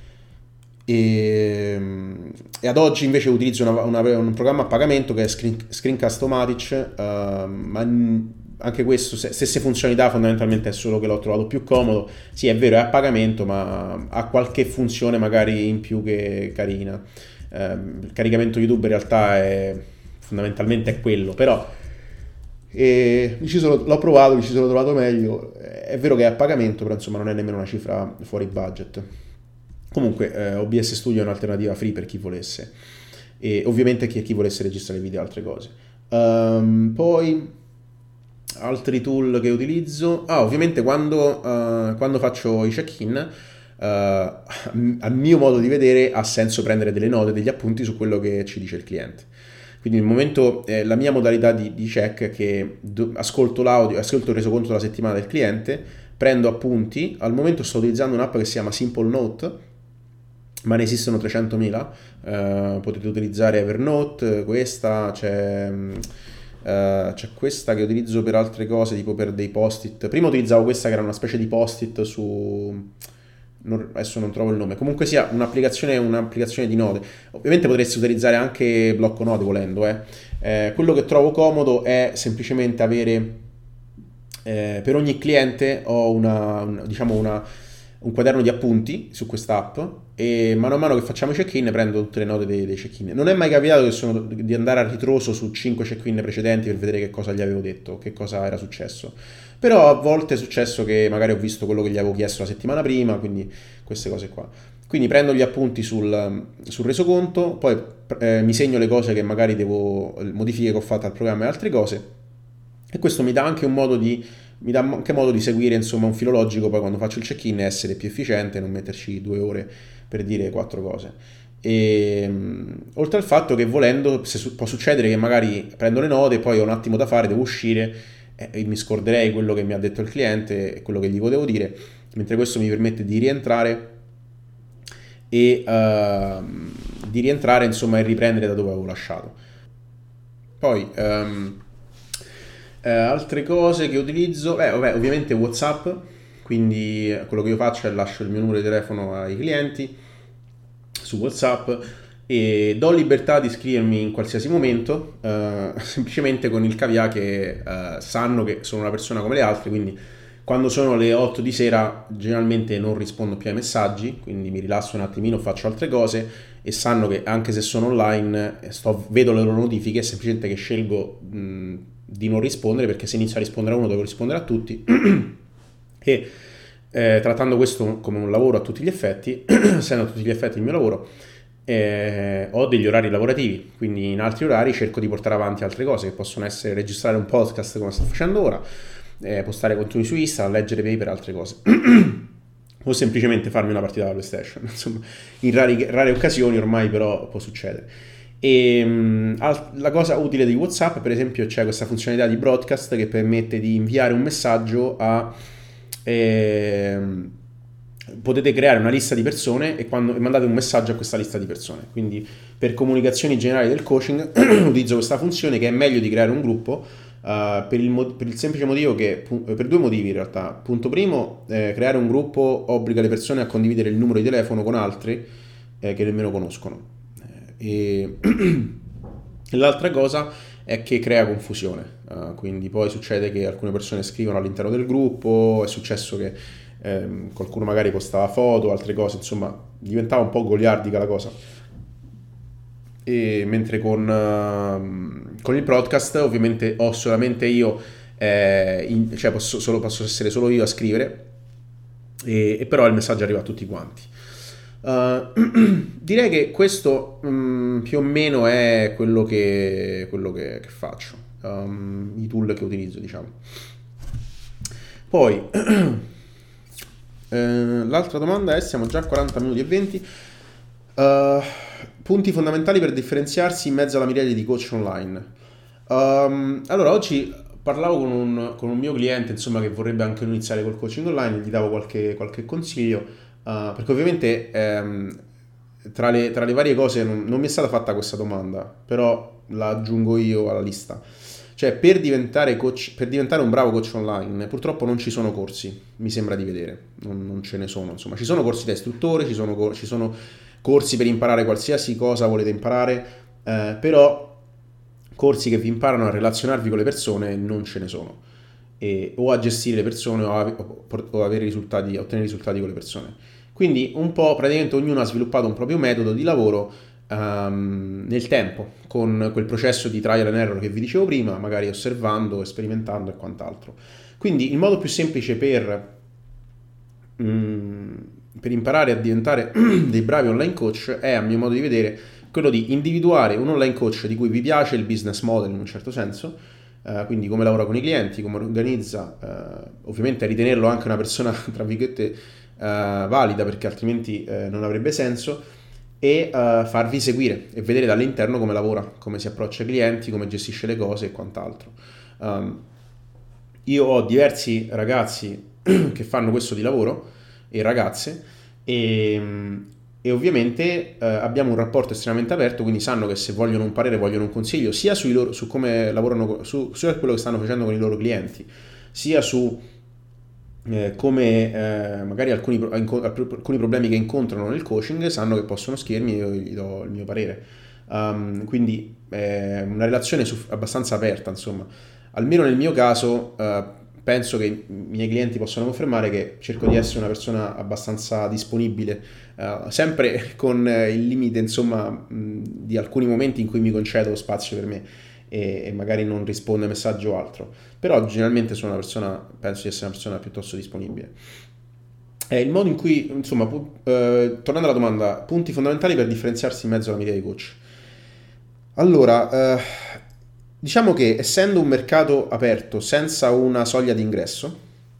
S1: e, e ad oggi invece utilizzo una, una, un programma a pagamento che è Screen, Screencast-O-Matic, uh, ma anche questo, stesse funzionalità, fondamentalmente è solo che l'ho trovato più comodo. Sì, è vero, è a pagamento, ma ha qualche funzione magari in più che carina. Eh, il caricamento YouTube in realtà è fondamentalmente è quello, però e mi ci sono, l'ho provato, mi ci sono trovato meglio. È vero che è a pagamento, però insomma non è nemmeno una cifra fuori budget. Comunque eh, O B S Studio è un'alternativa free per chi volesse, e ovviamente chi, chi volesse registrare video e altre cose. Um, poi altri tool che utilizzo, ah, ovviamente quando, uh, quando faccio i check-in, uh, a mio modo di vedere ha senso prendere delle note, degli appunti su quello che ci dice il cliente. Quindi nel momento, eh, la mia modalità di, di check è che do, ascolto l'audio, ascolto il resoconto della settimana del cliente, prendo appunti. Al momento sto utilizzando un'app che si chiama Simple Note, ma ne esistono trecentomila. Uh, potete utilizzare Evernote, questa, c'è... Uh, c'è questa che utilizzo per altre cose, tipo per dei post-it. Prima utilizzavo questa che era una specie di post-it su... Non, adesso non trovo il nome. Comunque sia un'applicazione, un'applicazione di note. Ovviamente potresti utilizzare anche blocco note volendo. Eh. Eh, quello che trovo comodo è semplicemente avere... Eh, per ogni cliente ho una, una, diciamo una, un quaderno di appunti su quest'app e mano a mano che facciamo i check-in prendo tutte le note dei, dei check-in. Non è mai capitato che sono, di andare a ritroso su cinque check-in precedenti per vedere che cosa gli avevo detto, che cosa era successo. Però a volte è successo che magari ho visto quello che gli avevo chiesto la settimana prima, quindi queste cose qua. Quindi prendo gli appunti sul, sul resoconto, poi eh, mi segno le cose che magari devo, modifiche che ho fatto al programma e altre cose, e questo mi dà anche un modo di mi dà anche modo di seguire insomma un filo logico poi quando faccio il check-in e essere più efficiente, non metterci due ore per dire quattro cose. E, um, oltre al fatto che volendo se su- può succedere che magari prendo le note, poi ho un attimo da fare, devo uscire eh, e mi scorderei quello che mi ha detto il cliente e quello che gli volevo dire, mentre questo mi permette di rientrare e uh, di rientrare insomma e riprendere da dove avevo lasciato. Poi um, Eh, altre cose che utilizzo, beh, vabbè, ovviamente WhatsApp, quindi quello che io faccio è lascio il mio numero di telefono ai clienti su WhatsApp e do libertà di scrivermi in qualsiasi momento, eh, semplicemente con il caveat che eh, sanno che sono una persona come le altre, quindi quando sono le otto di sera generalmente non rispondo più ai messaggi, quindi mi rilasso un attimino, faccio altre cose e sanno che anche se sono online sto, vedo le loro notifiche, è semplicemente che scelgo mh, di non rispondere, perché se inizio a rispondere a uno devo rispondere a tutti e eh, trattando questo come un lavoro a tutti gli effetti, essendo a tutti gli effetti il mio lavoro, eh, ho degli orari lavorativi, quindi in altri orari cerco di portare avanti altre cose che possono essere registrare un podcast come sto facendo ora, eh, postare contenuti su Instagram, leggere paper, altre cose o semplicemente farmi una partita da PlayStation. Insomma, in rari, rare occasioni ormai però può succedere. E um, la cosa utile di WhatsApp, per esempio, c'è questa funzionalità di broadcast che permette di inviare un messaggio a ehm, potete creare una lista di persone e quando mandate un messaggio a questa lista di persone. Quindi per comunicazioni generali del coaching utilizzo questa funzione, che è meglio di creare un gruppo, Uh, per, il mo- per il semplice motivo che, pu- per due motivi in realtà. Punto primo, eh, creare un gruppo obbliga le persone a condividere il numero di telefono con altri eh, che nemmeno conoscono. Eh, e l'altra cosa è che crea confusione. Uh, quindi poi succede che alcune persone scrivono all'interno del gruppo, è successo che ehm, qualcuno magari postava foto, altre cose, insomma diventava un po' goliardica la cosa. E mentre con, uh, con il broadcast ovviamente ho solamente io, eh, in- cioè posso, solo, posso essere solo io a scrivere, e, e però il messaggio arriva a tutti quanti. Uh, direi che questo mm, più o meno è quello che, quello che, che faccio, um, i tool che utilizzo, diciamo. Poi, eh, l'altra domanda è, siamo già a quaranta minuti e venti. Uh, punti fondamentali per differenziarsi in mezzo alla miriade di coach online. Um, allora, oggi parlavo con un, con un mio cliente, insomma, che vorrebbe anche iniziare col coaching online, gli davo qualche, qualche consiglio, uh, perché ovviamente ehm, tra le, tra le varie cose non, non mi è stata fatta questa domanda, però la aggiungo io alla lista. Cioè, per diventare coach, per diventare un bravo coach online, purtroppo non ci sono corsi, mi sembra di vedere, non, non ce ne sono, insomma. Ci sono corsi da istruttore, ci sono, ci sono corsi per imparare qualsiasi cosa volete imparare, eh, però corsi che vi imparano a relazionarvi con le persone non ce ne sono, e, o a gestire le persone o, a, o avere risultati, ottenere risultati con le persone. Quindi un po' praticamente ognuno ha sviluppato un proprio metodo di lavoro um, nel tempo, con quel processo di trial and error che vi dicevo prima, magari osservando, sperimentando e quant'altro. Quindi il modo più semplice per, um, per imparare a diventare dei bravi online coach è, a mio modo di vedere, quello di individuare un online coach di cui vi piace il business model in un certo senso, uh, quindi come lavora con i clienti, come organizza, uh, ovviamente ritenerlo anche una persona tra virgolette uh, valida, perché altrimenti uh, non avrebbe senso, e uh, farvi seguire e vedere dall'interno come lavora, come si approccia ai clienti, come gestisce le cose e quant'altro. Um, io ho diversi ragazzi che fanno questo di lavoro, e ragazze, e, e ovviamente eh, abbiamo un rapporto estremamente aperto, quindi sanno che se vogliono un parere, vogliono un consiglio sia sui loro, su come lavorano, su, su quello che stanno facendo con i loro clienti, sia su eh, come eh, magari alcuni, alcuni problemi che incontrano nel coaching, sanno che possono scrivermi e io gli do il mio parere. Um, quindi è una relazione su, abbastanza aperta, insomma. Almeno nel mio caso, uh, penso che i miei clienti possano confermare che cerco di essere una persona abbastanza disponibile, uh, sempre con il limite, insomma, mh, di alcuni momenti in cui mi concedo spazio per me e, e magari non rispondo ai messaggi o altro. Però generalmente sono una persona, penso di essere una persona piuttosto disponibile. È il modo in cui, insomma, pu- eh, tornando alla domanda, punti fondamentali per differenziarsi in mezzo alla media dei coach. Allora, eh, diciamo che essendo un mercato aperto senza una soglia di ingresso,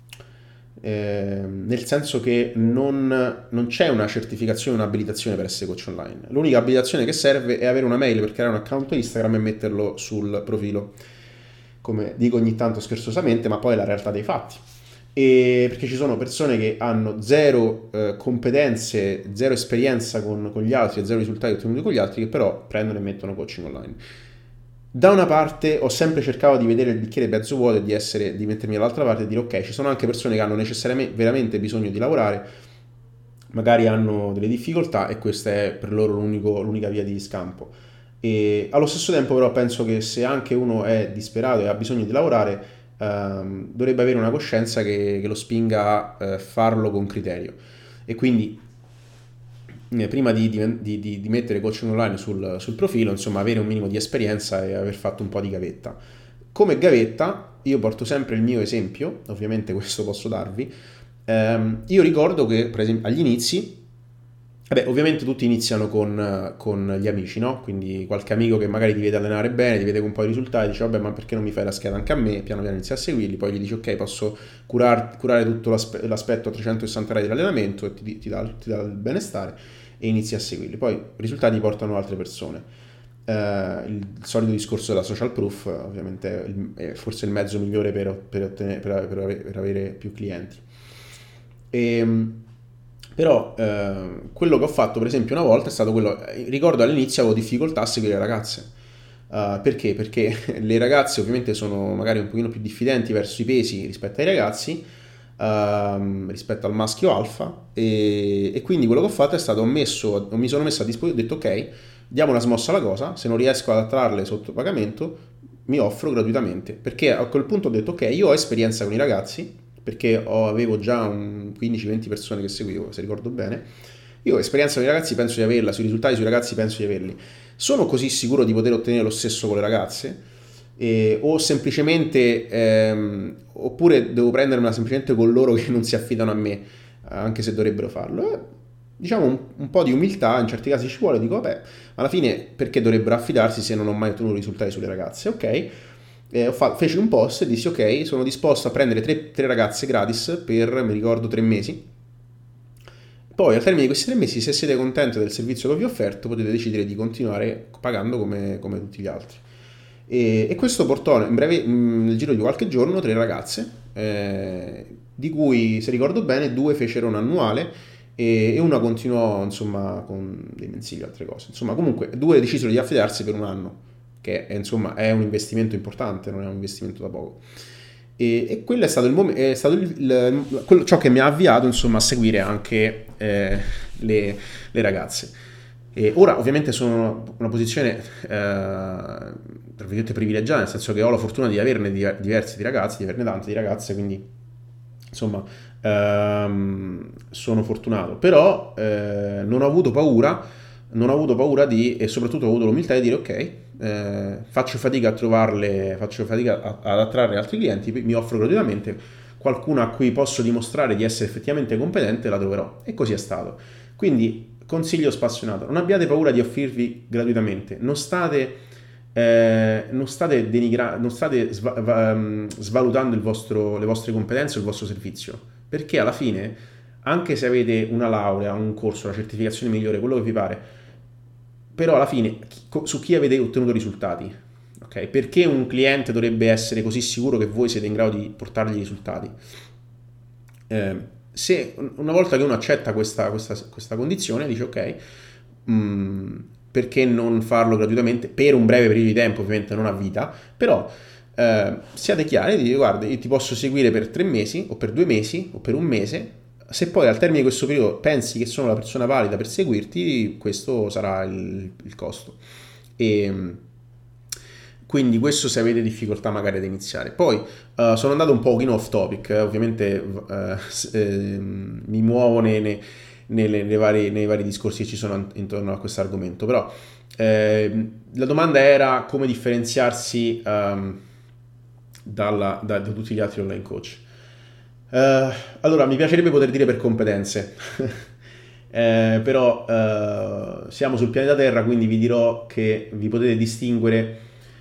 S1: eh, nel senso che non, non c'è una certificazione, un'abilitazione per essere coach online. L'unica abilitazione che serve è avere una mail per creare un account Instagram e metterlo sul profilo, come dico ogni tanto scherzosamente, ma poi è la realtà dei fatti. E perché ci sono persone che hanno zero eh, competenze, zero esperienza con, con gli altri, zero risultati ottenuti con gli altri, che però prendono e mettono coaching online. Da una parte ho sempre cercato di vedere il bicchiere mezzo vuoto e di, essere, di mettermi dall'altra parte e dire ok, ci sono anche persone che hanno necessariamente veramente bisogno di lavorare, magari hanno delle difficoltà e questa è per loro l'unica via di scampo. E allo stesso tempo però penso che se anche uno è disperato e ha bisogno di lavorare, ehm, dovrebbe avere una coscienza che, che lo spinga a eh, farlo con criterio. E quindi eh, prima di, di, di, di mettere coaching online sul, sul profilo, insomma, avere un minimo di esperienza e aver fatto un po' di gavetta. Come gavetta, io porto sempre il mio esempio, ovviamente questo posso darvi. Ehm, io ricordo che, per esempio, agli inizi, vabbè, ovviamente tutti iniziano con, con gli amici, no? Quindi qualche amico che magari ti vede allenare bene, ti vede con un po' di risultati, dice vabbè, ma perché non mi fai la scheda anche a me? Piano piano inizi a seguirli, poi gli dici ok, posso curar, curare tutto l'aspe- l'aspetto a trecentosessanta gradi dell'allenamento e ti, ti, dà, ti dà il benestare e inizi a seguirli. Poi i risultati portano altre persone. Uh, il solito discorso della social proof, ovviamente è, il, è forse il mezzo migliore per, per, ottenere, per, per, avere, per avere più clienti. E, però uh, quello che ho fatto per esempio una volta è stato quello, ricordo all'inizio avevo difficoltà a seguire le ragazze, Uh, perché? Perché le ragazze ovviamente sono magari un pochino più diffidenti verso i pesi rispetto ai ragazzi, ehm, rispetto al maschio alfa, e, e quindi quello che ho fatto è stato ho messo, mi sono messo a disposizione, ho detto ok, diamo una smossa alla cosa, se non riesco ad attrarle sotto pagamento mi offro gratuitamente, perché a quel punto ho detto ok, io ho esperienza con i ragazzi, perché ho- avevo già un quindici venti persone che seguivo, se ricordo bene. Io ho esperienza con i ragazzi, penso di averla, sui risultati sui ragazzi penso di averli. Sono così sicuro di poter ottenere lo stesso con le ragazze? E- o semplicemente, ehm, oppure devo prendermela semplicemente con loro che non si affidano a me, anche se dovrebbero farlo? Eh, diciamo un, un po' di umiltà, in certi casi ci vuole, dico vabbè, alla fine perché dovrebbero affidarsi se non ho mai ottenuto risultati sulle ragazze? Ok, eh, ho fa- feci un post e dissi ok, sono disposto a prendere tre, tre ragazze gratis per, mi ricordo, tre mesi. Poi al termine di questi tre mesi, se siete contenti del servizio che vi ho offerto, potete decidere di continuare pagando come, come tutti gli altri. E, e questo portò in breve, mh, nel giro di qualche giorno, tre ragazze, eh, di cui, se ricordo bene, due fecero un annuale e, e una continuò, insomma, con dei mensili e altre cose. Insomma, comunque, due decisero di affidarsi per un anno, che è, insomma, è un investimento importante, non è un investimento da poco. E, e quello è stato, il mom- è stato il- il- quello- ciò che mi ha avviato, insomma, a seguire anche eh, le, le ragazze. E ora ovviamente sono in una, una posizione eh, tra virgolette privilegiata, nel senso che ho la fortuna di averne di- diversi di ragazzi, di averne tante di ragazze, quindi insomma ehm, sono fortunato. Però eh, non ho avuto paura, non ho avuto paura di, e soprattutto ho avuto l'umiltà di dire ok, eh, faccio fatica a trovarle, faccio fatica a- ad attrarre altri clienti, mi offro gratuitamente, qualcuno a cui posso dimostrare di essere effettivamente competente la troverò. E così è stato. Quindi consiglio spassionato, non abbiate paura di offrirvi gratuitamente, non state, eh, non state, denigra- non state sva- va- mm, svalutando il vostro- le vostre competenze o il vostro servizio, perché alla fine, anche se avete una laurea, un corso, la certificazione migliore, quello che vi pare, però alla fine chi- co- su chi avete ottenuto risultati? Ok? Perché un cliente dovrebbe essere così sicuro che voi siete in grado di portargli i risultati? Eh, se una volta che uno accetta questa, questa, questa condizione, dice ok, mh, perché non farlo gratuitamente per un breve periodo di tempo, ovviamente non a vita, però eh, siate chiari, dite guarda, io ti posso seguire per tre mesi o per due mesi o per un mese, se poi al termine di questo periodo pensi che sono la persona valida per seguirti, questo sarà il, il costo. E quindi questo se avete difficoltà magari ad iniziare. Poi uh, sono andato un pochino off topic, eh, ovviamente uh, s- ehm, mi muovo nei, nei, nelle- nei vari, nei vari discorsi che ci sono intorno a questo argomento, però ehm, la domanda era come differenziarsi ehm, dalla- da, da tutti gli altri online coach. Eh, allora, mi piacerebbe poter dire per competenze, Eh, però eh, siamo sul pianeta Terra, quindi vi dirò che vi potete distinguere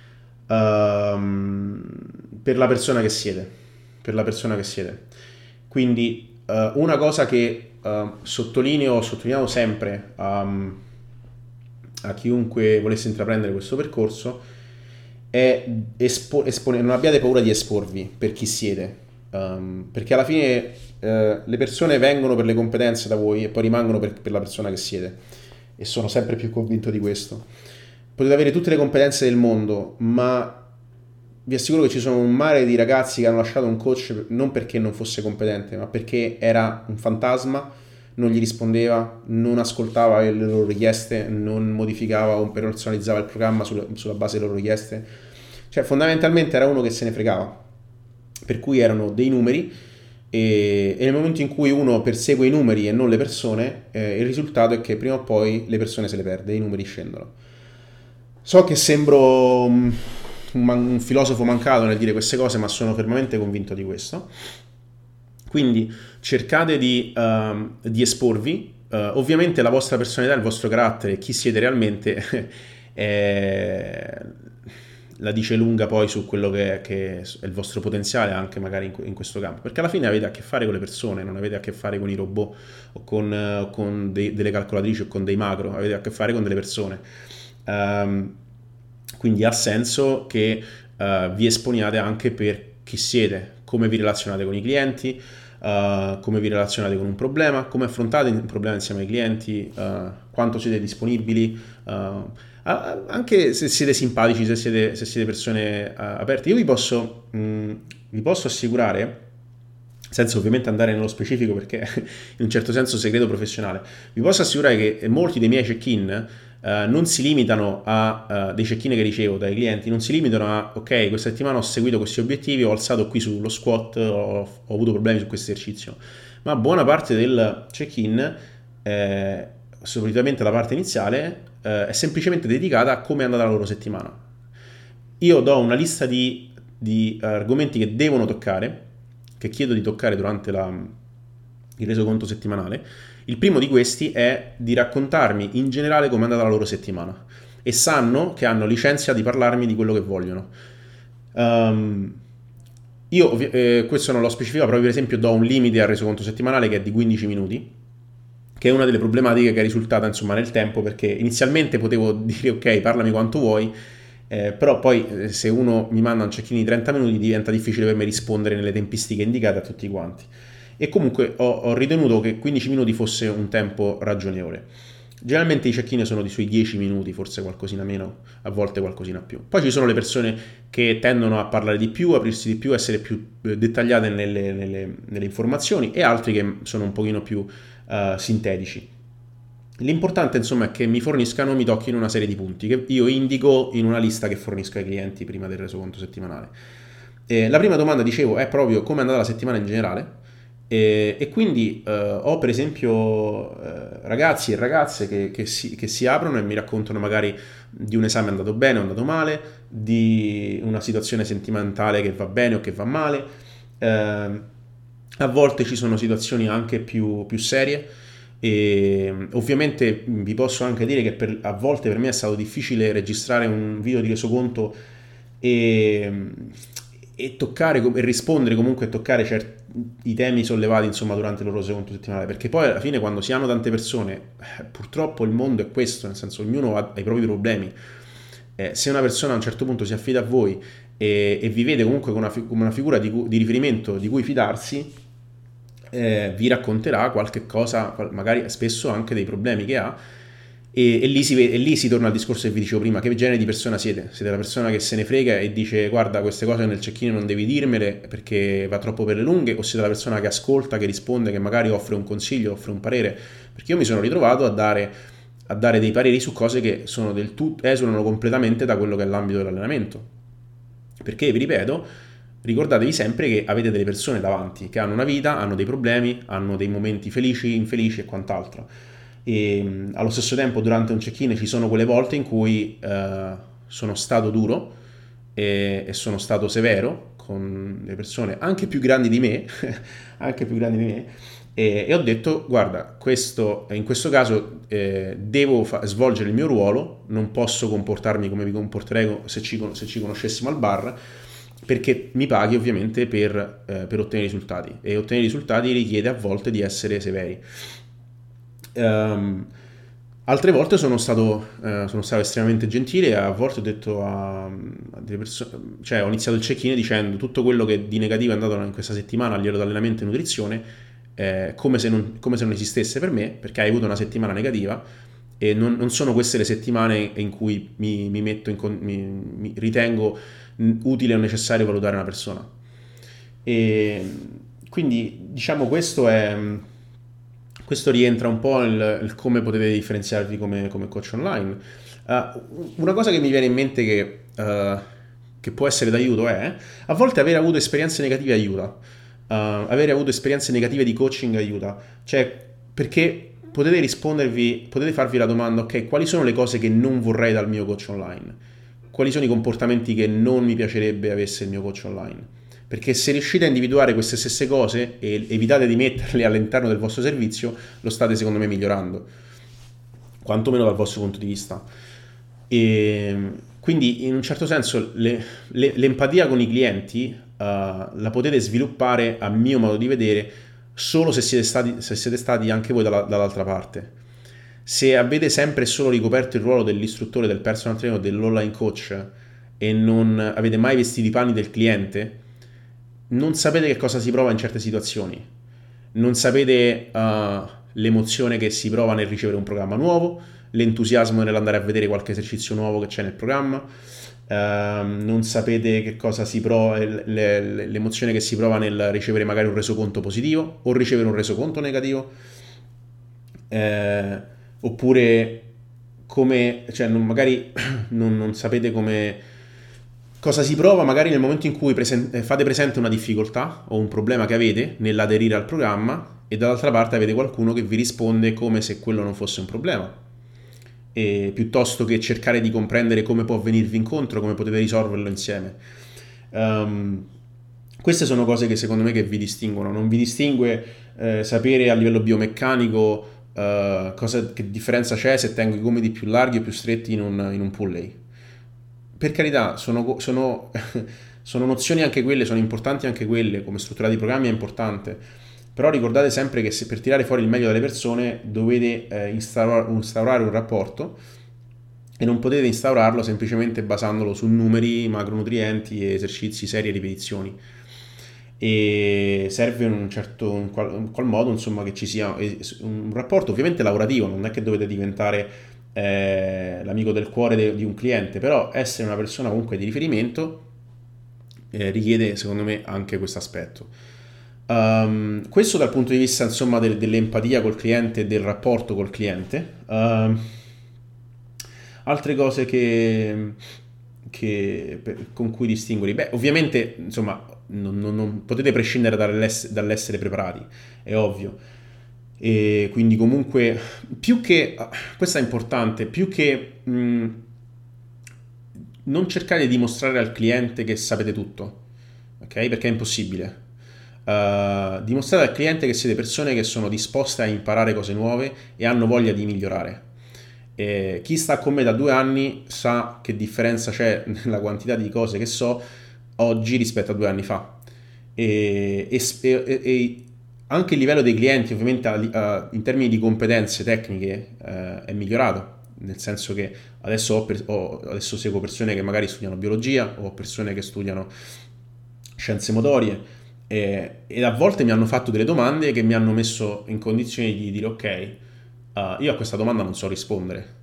S1: ehm, per la persona che siete, per la persona che siete. Quindi eh, una cosa che eh, sottolineo, ho sottolineato sempre a, a chiunque volesse intraprendere questo percorso è espo- espone- non abbiate paura di esporvi per chi siete. Um, perché alla fine eh, le persone vengono per le competenze da voi e poi rimangono per, per la persona che siete, e sono sempre più convinto di questo. Potete avere tutte le competenze del mondo, ma vi assicuro che ci sono un mare di ragazzi che hanno lasciato un coach non perché non fosse competente, ma perché era un fantasma, non gli rispondeva, non ascoltava le loro richieste, non modificava o personalizzava il programma sulla, sulla base delle loro richieste. Cioè, fondamentalmente era uno che se ne fregava. Per cui erano dei numeri, e, e nel momento in cui uno persegue i numeri e non le persone, eh, il risultato è che prima o poi le persone se le perde, i numeri scendono. So che sembro un, un filosofo mancato nel dire queste cose, ma sono fermamente convinto di questo. Quindi cercate di, um, di esporvi. Uh, ovviamente la vostra personalità, il vostro carattere, chi siete realmente, è, la dice lunga poi su quello che, che è il vostro potenziale anche magari in, in questo campo. Perché alla fine avete a che fare con le persone, non avete a che fare con i robot o con, uh, con dei, delle calcolatrici o con dei macro, avete a che fare con delle persone. Um, quindi ha senso che uh, vi esponiate anche per chi siete, come vi relazionate con i clienti, uh, come vi relazionate con un problema, come affrontate un problema insieme ai clienti, uh, quanto siete disponibili, uh, Ah, anche se siete simpatici, se siete, se siete persone uh, aperte, io vi posso, mh, vi posso assicurare, senza ovviamente andare nello specifico perché è in un certo senso segreto professionale, vi posso assicurare che molti dei miei check-in uh, non si limitano a uh, dei check-in che ricevo dai clienti, non si limitano a ok, questa settimana ho seguito questi obiettivi, ho alzato qui sullo squat, ho, ho avuto problemi su questo esercizio, ma buona parte del check-in, eh, solitamente la parte iniziale, eh, è semplicemente dedicata a come è andata la loro settimana. Io do una lista di, di argomenti che devono toccare, che chiedo di toccare durante la, il resoconto settimanale. Il primo di questi è di raccontarmi in generale come è andata la loro settimana e sanno che hanno licenza di parlarmi di quello che vogliono. Um, io eh, questo non l'ho specificato, però per esempio do un limite al resoconto settimanale che è di quindici minuti, che è una delle problematiche che è risultata insomma nel tempo, perché inizialmente potevo dire ok, parlami quanto vuoi, eh, però poi eh, se uno mi manda un check-in di trenta minuti diventa difficile per me rispondere nelle tempistiche indicate a tutti quanti. E comunque ho, ho ritenuto che quindici minuti fosse un tempo ragionevole. Generalmente i check-in sono di sui dieci minuti, forse qualcosina meno, a volte qualcosina più. Poi ci sono le persone che tendono a parlare di più, aprirsi di più, essere più dettagliate nelle, nelle, nelle informazioni, e altri che sono un pochino più uh, sintetici. L'importante insomma è che mi forniscano, mi tocchino una serie di punti che io indico in una lista che fornisco ai clienti prima del resoconto settimanale. Eh, la prima domanda, dicevo, è proprio come è andata la settimana in generale. E, e quindi uh, ho per esempio uh, ragazzi e ragazze che, che, si, che si aprono e mi raccontano magari di un esame andato bene o andato male, di una situazione sentimentale che va bene o che va male. Uh, a volte ci sono situazioni anche più, più serie, e ovviamente vi posso anche dire che per, a volte per me è stato difficile registrare un video di resoconto e, e toccare e rispondere comunque e toccare certi i temi sollevati insomma durante il loro resoconto settimanale, perché poi alla fine quando si hanno tante persone eh, purtroppo il mondo è questo, nel senso ognuno ha, ha i propri problemi. Eh, se una persona a un certo punto si affida a voi e, e vi vede comunque come una, come una figura di, di riferimento di cui fidarsi, eh, vi racconterà qualche cosa, magari spesso anche dei problemi che ha, e, e, lì si, e lì si torna al discorso che vi dicevo prima: che genere di persona siete? Siete la persona che se ne frega e dice guarda, queste cose nel check-in non devi dirmele perché va troppo per le lunghe, o siete la persona che ascolta, che risponde, che magari offre un consiglio, offre un parere? Perché io mi sono ritrovato a dare, a dare dei pareri su cose che sono del tutto, esulano completamente da quello che è l'ambito dell'allenamento, perché vi ripeto, ricordatevi sempre che avete delle persone davanti che hanno una vita, hanno dei problemi, hanno dei momenti felici, infelici e quant'altro. E allo stesso tempo durante un check-in ci sono quelle volte in cui eh, sono stato duro e, e sono stato severo con le persone anche più grandi di me, anche più grandi di me, e, e ho detto guarda, questo, in questo caso eh, devo fa- svolgere il mio ruolo, non posso comportarmi come mi comporterei se ci, se ci conoscessimo al bar, perché mi paghi ovviamente per, eh, per ottenere risultati, e ottenere risultati richiede a volte di essere severi. Um, altre volte sono stato, uh, sono stato estremamente gentile, a volte ho detto a, a delle persone, cioè ho iniziato il check-in dicendo tutto quello che di negativo è andato in questa settimana a livello di allenamento e nutrizione, eh, come, se non, come se non esistesse per me, perché hai avuto una settimana negativa, e non, non sono queste le settimane in cui mi, mi metto in, mi, mi ritengo utile o necessario valutare una persona. E quindi diciamo questo è questo rientra un po' nel come potete differenziarvi come, come coach online. Uh, una cosa che mi viene in mente che, uh, che può essere d'aiuto è a volte avere avuto esperienze negative aiuta. Uh, avere avuto esperienze negative di coaching aiuta, cioè perché potete rispondervi, potete farvi la domanda: ok, quali sono le cose che non vorrei dal mio coach online? Quali sono i comportamenti che non mi piacerebbe avesse il mio coach online? Perché se riuscite a individuare queste stesse cose e evitate di metterle all'interno del vostro servizio, lo state secondo me migliorando, quantomeno dal vostro punto di vista. E quindi in un certo senso le, le, l'empatia con i clienti uh, la potete sviluppare, a mio modo di vedere, solo se siete stati, se siete stati anche voi dalla, dall'altra parte. Se avete sempre e solo ricoperto il ruolo dell'istruttore, del personal trainer, dell'online coach, e non avete mai vestito i panni del cliente, non sapete che cosa si prova in certe situazioni, non sapete uh, l'emozione che si prova nel ricevere un programma nuovo, l'entusiasmo nell'andare a vedere qualche esercizio nuovo che c'è nel programma, ehm, non sapete che cosa si prova, le- le- l'emozione che si prova nel ricevere magari un resoconto positivo o ricevere un resoconto negativo, eh, oppure come, cioè non- magari non, non sapete come, cosa si prova magari nel momento in cui presen- eh, fate presente una difficoltà o un problema che avete nell'aderire al programma e dall'altra parte avete qualcuno che vi risponde come se quello non fosse un problema. E piuttosto che cercare di comprendere come può venirvi incontro, come potete risolverlo insieme. Ehm, Queste sono cose che secondo me che vi distinguono. Non vi distingue eh, sapere a livello biomeccanico eh, cosa, che differenza c'è se tengo i gomiti più larghi o più stretti in un, in un pulley. Per carità, sono, sono, sono nozioni anche quelle, sono importanti anche quelle, come struttura di programmi è importante, però ricordate sempre che se per tirare fuori il meglio dalle persone dovete eh, instaura- instaurare un rapporto e non potete instaurarlo semplicemente basandolo su numeri, macronutrienti, esercizi, serie e ripetizioni. E serve in un certo in qual, in qual modo insomma che ci sia un rapporto ovviamente lavorativo, non è che dovete diventare eh, l'amico del cuore de- di un cliente, però essere una persona comunque di riferimento eh, richiede secondo me anche questo aspetto. Um, questo dal punto di vista insomma del- dell'empatia col cliente e del rapporto col cliente. Um, altre cose che, che- per- con cui distinguere, beh, ovviamente insomma non, non- non potete prescindere dall'ess- dall'essere preparati, è ovvio. E quindi comunque più che, questo è importante, più che mh, non cercare di dimostrare al cliente che sapete tutto, ok? Perché è impossibile. Uh, dimostrate al cliente che siete persone che sono disposte a imparare cose nuove e hanno voglia di migliorare. E chi sta con me da due anni sa che differenza c'è nella quantità di cose che so oggi rispetto a due anni fa. E, e- e- e anche il livello dei clienti, ovviamente, a- a- in termini di competenze tecniche, eh, è migliorato. Nel senso che adesso, ho per- ho- adesso seguo persone che magari studiano biologia o persone che studiano scienze motorie e, e a volte mi hanno fatto delle domande che mi hanno messo in condizione di dire ok, eh, io a questa domanda non so rispondere.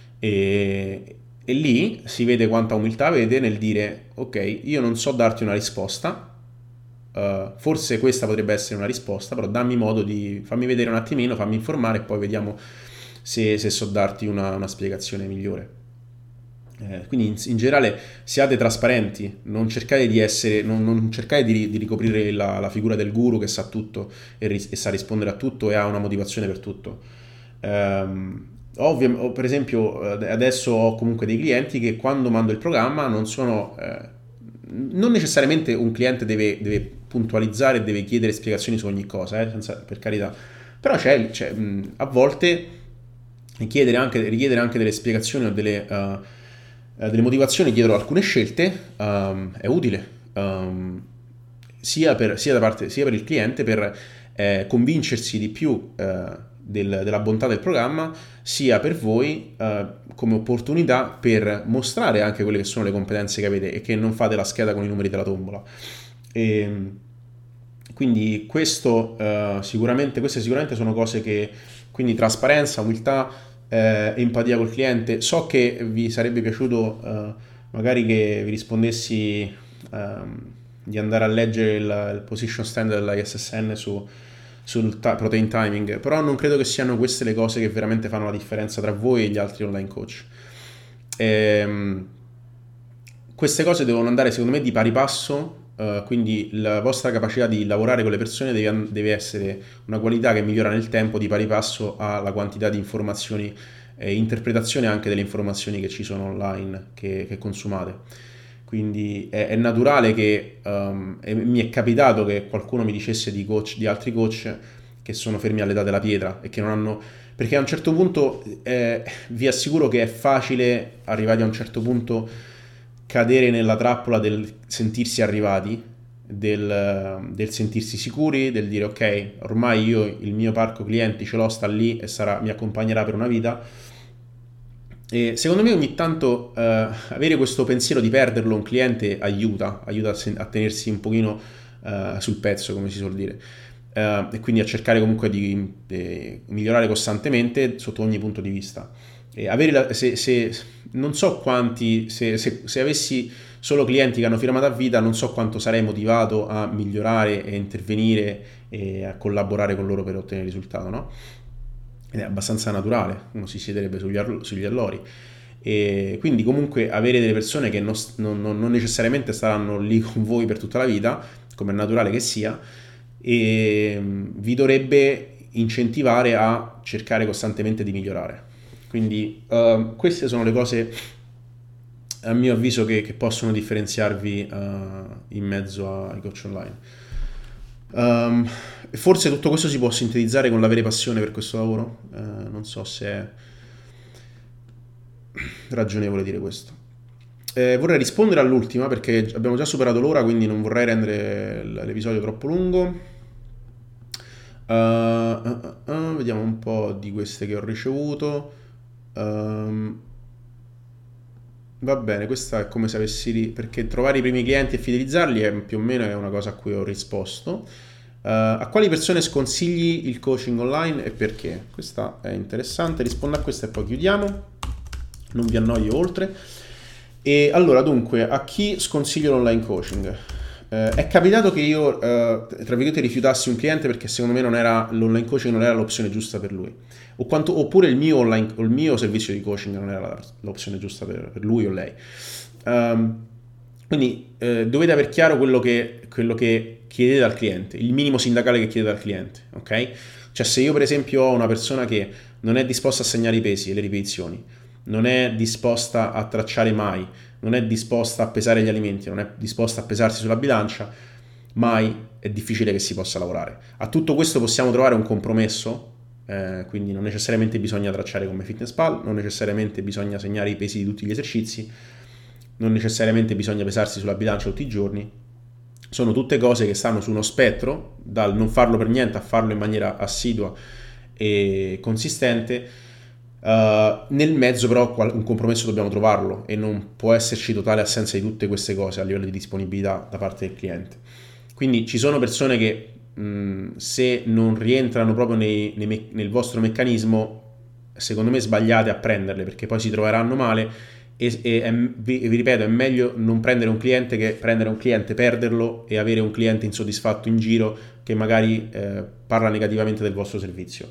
S1: E, e lì si vede quanta umiltà avete nel dire ok, io non so darti una risposta, Uh, forse questa potrebbe essere una risposta, però dammi modo di fammi vedere un attimino, fammi informare e poi vediamo se, se so darti una, una spiegazione migliore. Eh, quindi in, in generale siate trasparenti, non cercate di essere, non, non cercate di, di ricoprire la, la figura del guru che sa tutto e, ris- e sa rispondere a tutto e ha una motivazione per tutto. Ehm, ovvio, per esempio, eh, adesso ho comunque dei clienti che quando mando il programma non sono, eh, non necessariamente un cliente deve, deve puntualizzare e deve chiedere spiegazioni su ogni cosa, eh, senza- per carità, però c'è, c'è, mh, a volte chiedere anche, richiedere anche delle spiegazioni o delle, uh, eh, delle motivazioni dietro alcune scelte um, è utile, um, sia, per, sia, da parte, sia per il cliente per eh, convincersi di più eh, del- della bontà del programma, sia per voi eh, come opportunità per mostrare anche quelle che sono le competenze che avete e che non fate la scheda con i numeri della tombola. E, quindi questo, eh, sicuramente, queste sicuramente sono cose che, quindi trasparenza, umiltà, eh, empatia col cliente. So che vi sarebbe piaciuto eh, magari che vi rispondessi ehm, di andare a leggere il, il position standard della I S S N su, sul ta- protein timing, però non credo che siano queste le cose che veramente fanno la differenza tra voi e gli altri online coach. Ehm, queste cose devono andare secondo me di pari passo, eh, quindi la vostra capacità di lavorare con le persone deve, an- deve essere una qualità che migliora nel tempo di pari passo alla quantità di informazioni e interpretazione anche delle informazioni che ci sono online che, che consumate. Quindi è, è naturale che um, e mi è capitato che qualcuno mi dicesse di coach, di altri coach che sono fermi all'età della pietra e che non hanno, perché a un certo punto eh, vi assicuro che è facile, arrivati a un certo punto, cadere nella trappola del sentirsi arrivati, del, del sentirsi sicuri, del dire ok, ormai io il mio parco clienti ce l'ho, sta lì e sarà, mi accompagnerà per una vita. E secondo me ogni tanto eh, avere questo pensiero di perderlo un cliente aiuta, aiuta a, sen- a tenersi un pochino eh, sul pezzo, come si suol dire. Eh, e quindi a cercare comunque di, di migliorare costantemente sotto ogni punto di vista. E avere la- se, se- non so quanti, se, se- se avessi solo clienti che hanno firmato a vita, non so quanto sarei motivato a migliorare e intervenire e a collaborare con loro per ottenere il risultato, no? Ed è abbastanza naturale, uno si siederebbe sugli, arlo- sugli allori. E quindi comunque avere delle persone che non, non- non necessariamente saranno lì con voi per tutta la vita, come è naturale che sia, e mm, vi dovrebbe incentivare a cercare costantemente di migliorare. Quindi eh, queste sono le cose, a mio avviso, che, che possono differenziarvi eh, in mezzo ai coach online. Um, forse tutto questo si può sintetizzare con l'avere passione per questo lavoro. Eh, non so se è ragionevole dire questo. Eh, vorrei rispondere all'ultima perché abbiamo già superato l'ora, quindi non vorrei rendere l'episodio troppo lungo. Uh, uh, uh, uh, vediamo un po' di queste che ho ricevuto. Um, va bene, questa è come se avessi... ri- perché trovare i primi clienti e fidelizzarli è più o meno è una cosa a cui ho risposto. Uh, a quali persone sconsigli il coaching online e perché? Questa è interessante, rispondo a questa e poi chiudiamo. Non vi annoio oltre. E allora, dunque, a chi sconsiglio l'online coaching? Eh, è capitato che io, eh, tra virgolette, rifiutassi un cliente perché secondo me non era, l'online coaching non era l'opzione giusta per lui. O quanto, oppure il mio, online, o il mio servizio di coaching non era la- l'opzione giusta per, per lui o lei. Um, quindi eh, dovete aver chiaro quello che, quello che chiedete dal cliente, il minimo sindacale che chiedete dal cliente, ok? Cioè se io per esempio ho una persona che non è disposta a segnare i pesi e le ripetizioni, non è disposta a tracciare mai, non è disposta a pesare gli alimenti, non è disposta a pesarsi sulla bilancia, mai è difficile che si possa lavorare. A tutto questo possiamo trovare un compromesso, eh, quindi non necessariamente bisogna tracciare come FitnessPal, non necessariamente bisogna segnare i pesi di tutti gli esercizi, non necessariamente bisogna pesarsi sulla bilancia tutti i giorni. Sono tutte cose che stanno su uno spettro, dal non farlo per niente a farlo in maniera assidua e consistente. Uh, nel mezzo però un compromesso dobbiamo trovarlo e non può esserci totale assenza di tutte queste cose a livello di disponibilità da parte del cliente. Quindi ci sono persone che mh, se non rientrano proprio nei, nei, nel vostro meccanismo, secondo me sbagliate a prenderle perché poi si troveranno male e, e è, vi, vi ripeto, è meglio non prendere un cliente che prendere un cliente, perderlo e avere un cliente insoddisfatto in giro che magari eh, parla negativamente del vostro servizio.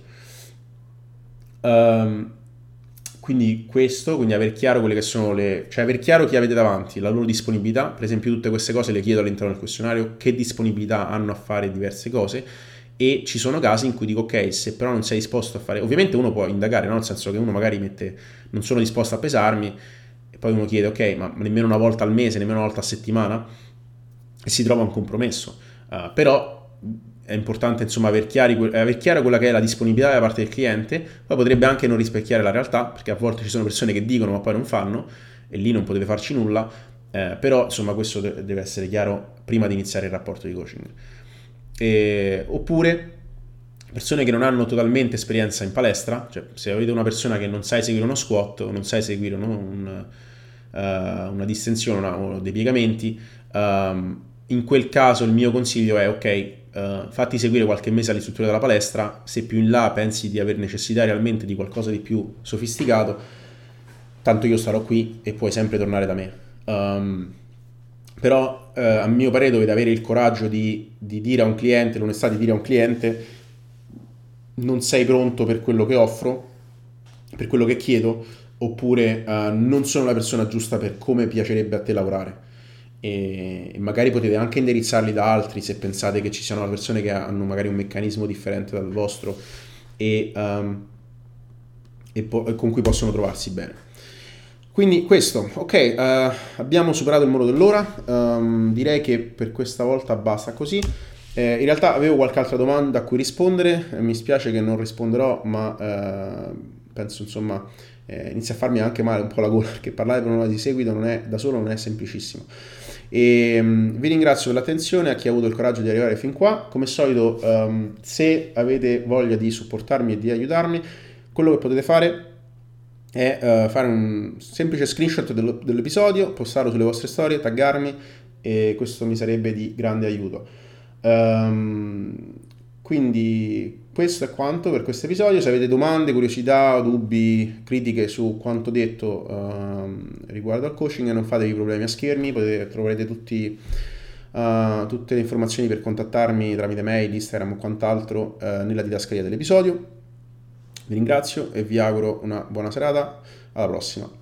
S1: Um, quindi questo, quindi aver chiaro quelle che sono le, cioè aver chiaro chi avete davanti, la loro disponibilità, per esempio tutte queste cose le chiedo all'interno del questionario, che disponibilità hanno a fare diverse cose e ci sono casi in cui dico ok, se però non sei disposto a fare, ovviamente uno può indagare, no? Nel senso che uno magari mette non sono disposto a pesarmi e poi uno chiede ok, ma nemmeno una volta al mese, nemmeno una volta a settimana e si trova un compromesso, uh, però è importante insomma aver, chiari, aver chiara quella che è la disponibilità da parte del cliente. Poi potrebbe anche non rispecchiare la realtà perché a volte ci sono persone che dicono ma poi non fanno e lì non potete farci nulla, eh, però insomma questo deve essere chiaro prima di iniziare il rapporto di coaching. E, oppure persone che non hanno totalmente esperienza in palestra, cioè se avete una persona che non sa eseguire uno squat o non sa eseguire no, un, uh, una distensione una, o dei piegamenti, um, in quel caso il mio consiglio è ok, Uh, fatti seguire qualche mese all'istruttore della palestra, se più in là pensi di aver necessità realmente di qualcosa di più sofisticato, tanto io starò qui e puoi sempre tornare da me. Um, però uh, a mio parere dovete avere il coraggio di, di dire a un cliente, l'onestà di dire a un cliente non sei pronto per quello che offro, per quello che chiedo, oppure uh, non sono la persona giusta per come piacerebbe a te lavorare. E magari potete anche indirizzarli da altri se pensate che ci siano persone che hanno magari un meccanismo differente dal vostro e, um, e, po- e con cui possono trovarsi bene. Quindi questo, ok, uh, abbiamo superato il muro dell'ora, um, direi che per questa volta basta così. Eh, in realtà avevo qualche altra domanda a cui rispondere, eh, mi spiace che non risponderò, ma eh, penso insomma eh, inizia a farmi anche male un po' la gola perché parlare per un'ora di seguito non è, da solo non è semplicissimo. E, um, vi ringrazio per l'attenzione a chi ha avuto il coraggio di arrivare fin qua. Come al solito, um, se avete voglia di supportarmi e di aiutarmi, quello che potete fare è uh, fare un semplice screenshot dello, dell'episodio, postarlo sulle vostre storie, taggarmi e questo mi sarebbe di grande aiuto. Um, quindi questo è quanto per questo episodio. Se avete domande, curiosità, dubbi, critiche su quanto detto ehm, riguardo al coaching, non fatevi problemi a schermi, potete, troverete tutti, eh, tutte le informazioni per contattarmi tramite mail, Instagram o quant'altro eh, nella didascalia dell'episodio. Vi ringrazio e vi auguro una buona serata, alla prossima.